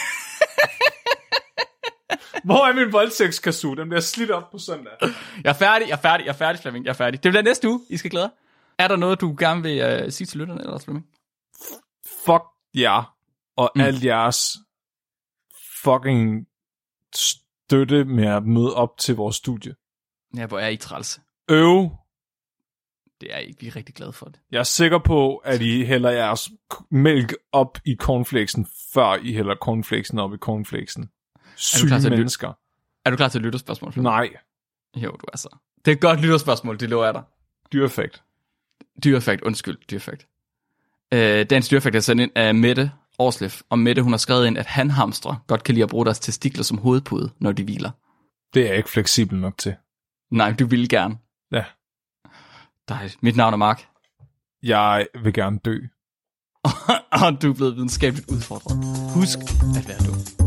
[SPEAKER 2] Hvor er min voldtægtskasu? Den bliver slidt op på søndag.
[SPEAKER 1] Jeg er færdig, Flemming. Jeg er færdig. Det bliver næste uge. I skal glæde. Er der noget, du gerne vil sige til lytterne ellers, Flemming?
[SPEAKER 2] Fuck jer og alt jeres fucking støtte med at møde op til vores studie.
[SPEAKER 1] Ja, hvor er I træls? Det er ikke. Vi er rigtig glade for det.
[SPEAKER 2] Jeg er sikker på, at I hælder jeres mælk op i cornflakesen, før I hælder cornflakesen op i cornflakesen. Syge mennesker.
[SPEAKER 1] Er du klar til et lytterspørgsmål?
[SPEAKER 2] Nej.
[SPEAKER 1] Jo, du er så. Det er et godt lytterspørgsmål, det lover jeg dig.
[SPEAKER 2] Dyrefakt.
[SPEAKER 1] Undskyld, dyrefakt. Dagens dyrefakt er sendt ind af Mette Årslef, og Mette, hun har skrevet ind, at hanhamstre godt kan lide at bruge deres testikler som hovedpude, når de hviler.
[SPEAKER 2] Det er jeg ikke fleksibel nok til.
[SPEAKER 1] Nej, du vil gerne.
[SPEAKER 2] Ja.
[SPEAKER 1] Dejligt. Mit navn er Mark.
[SPEAKER 2] Jeg vil gerne dø.
[SPEAKER 1] Og du er blevet videnskabeligt udfordret. Husk at være du.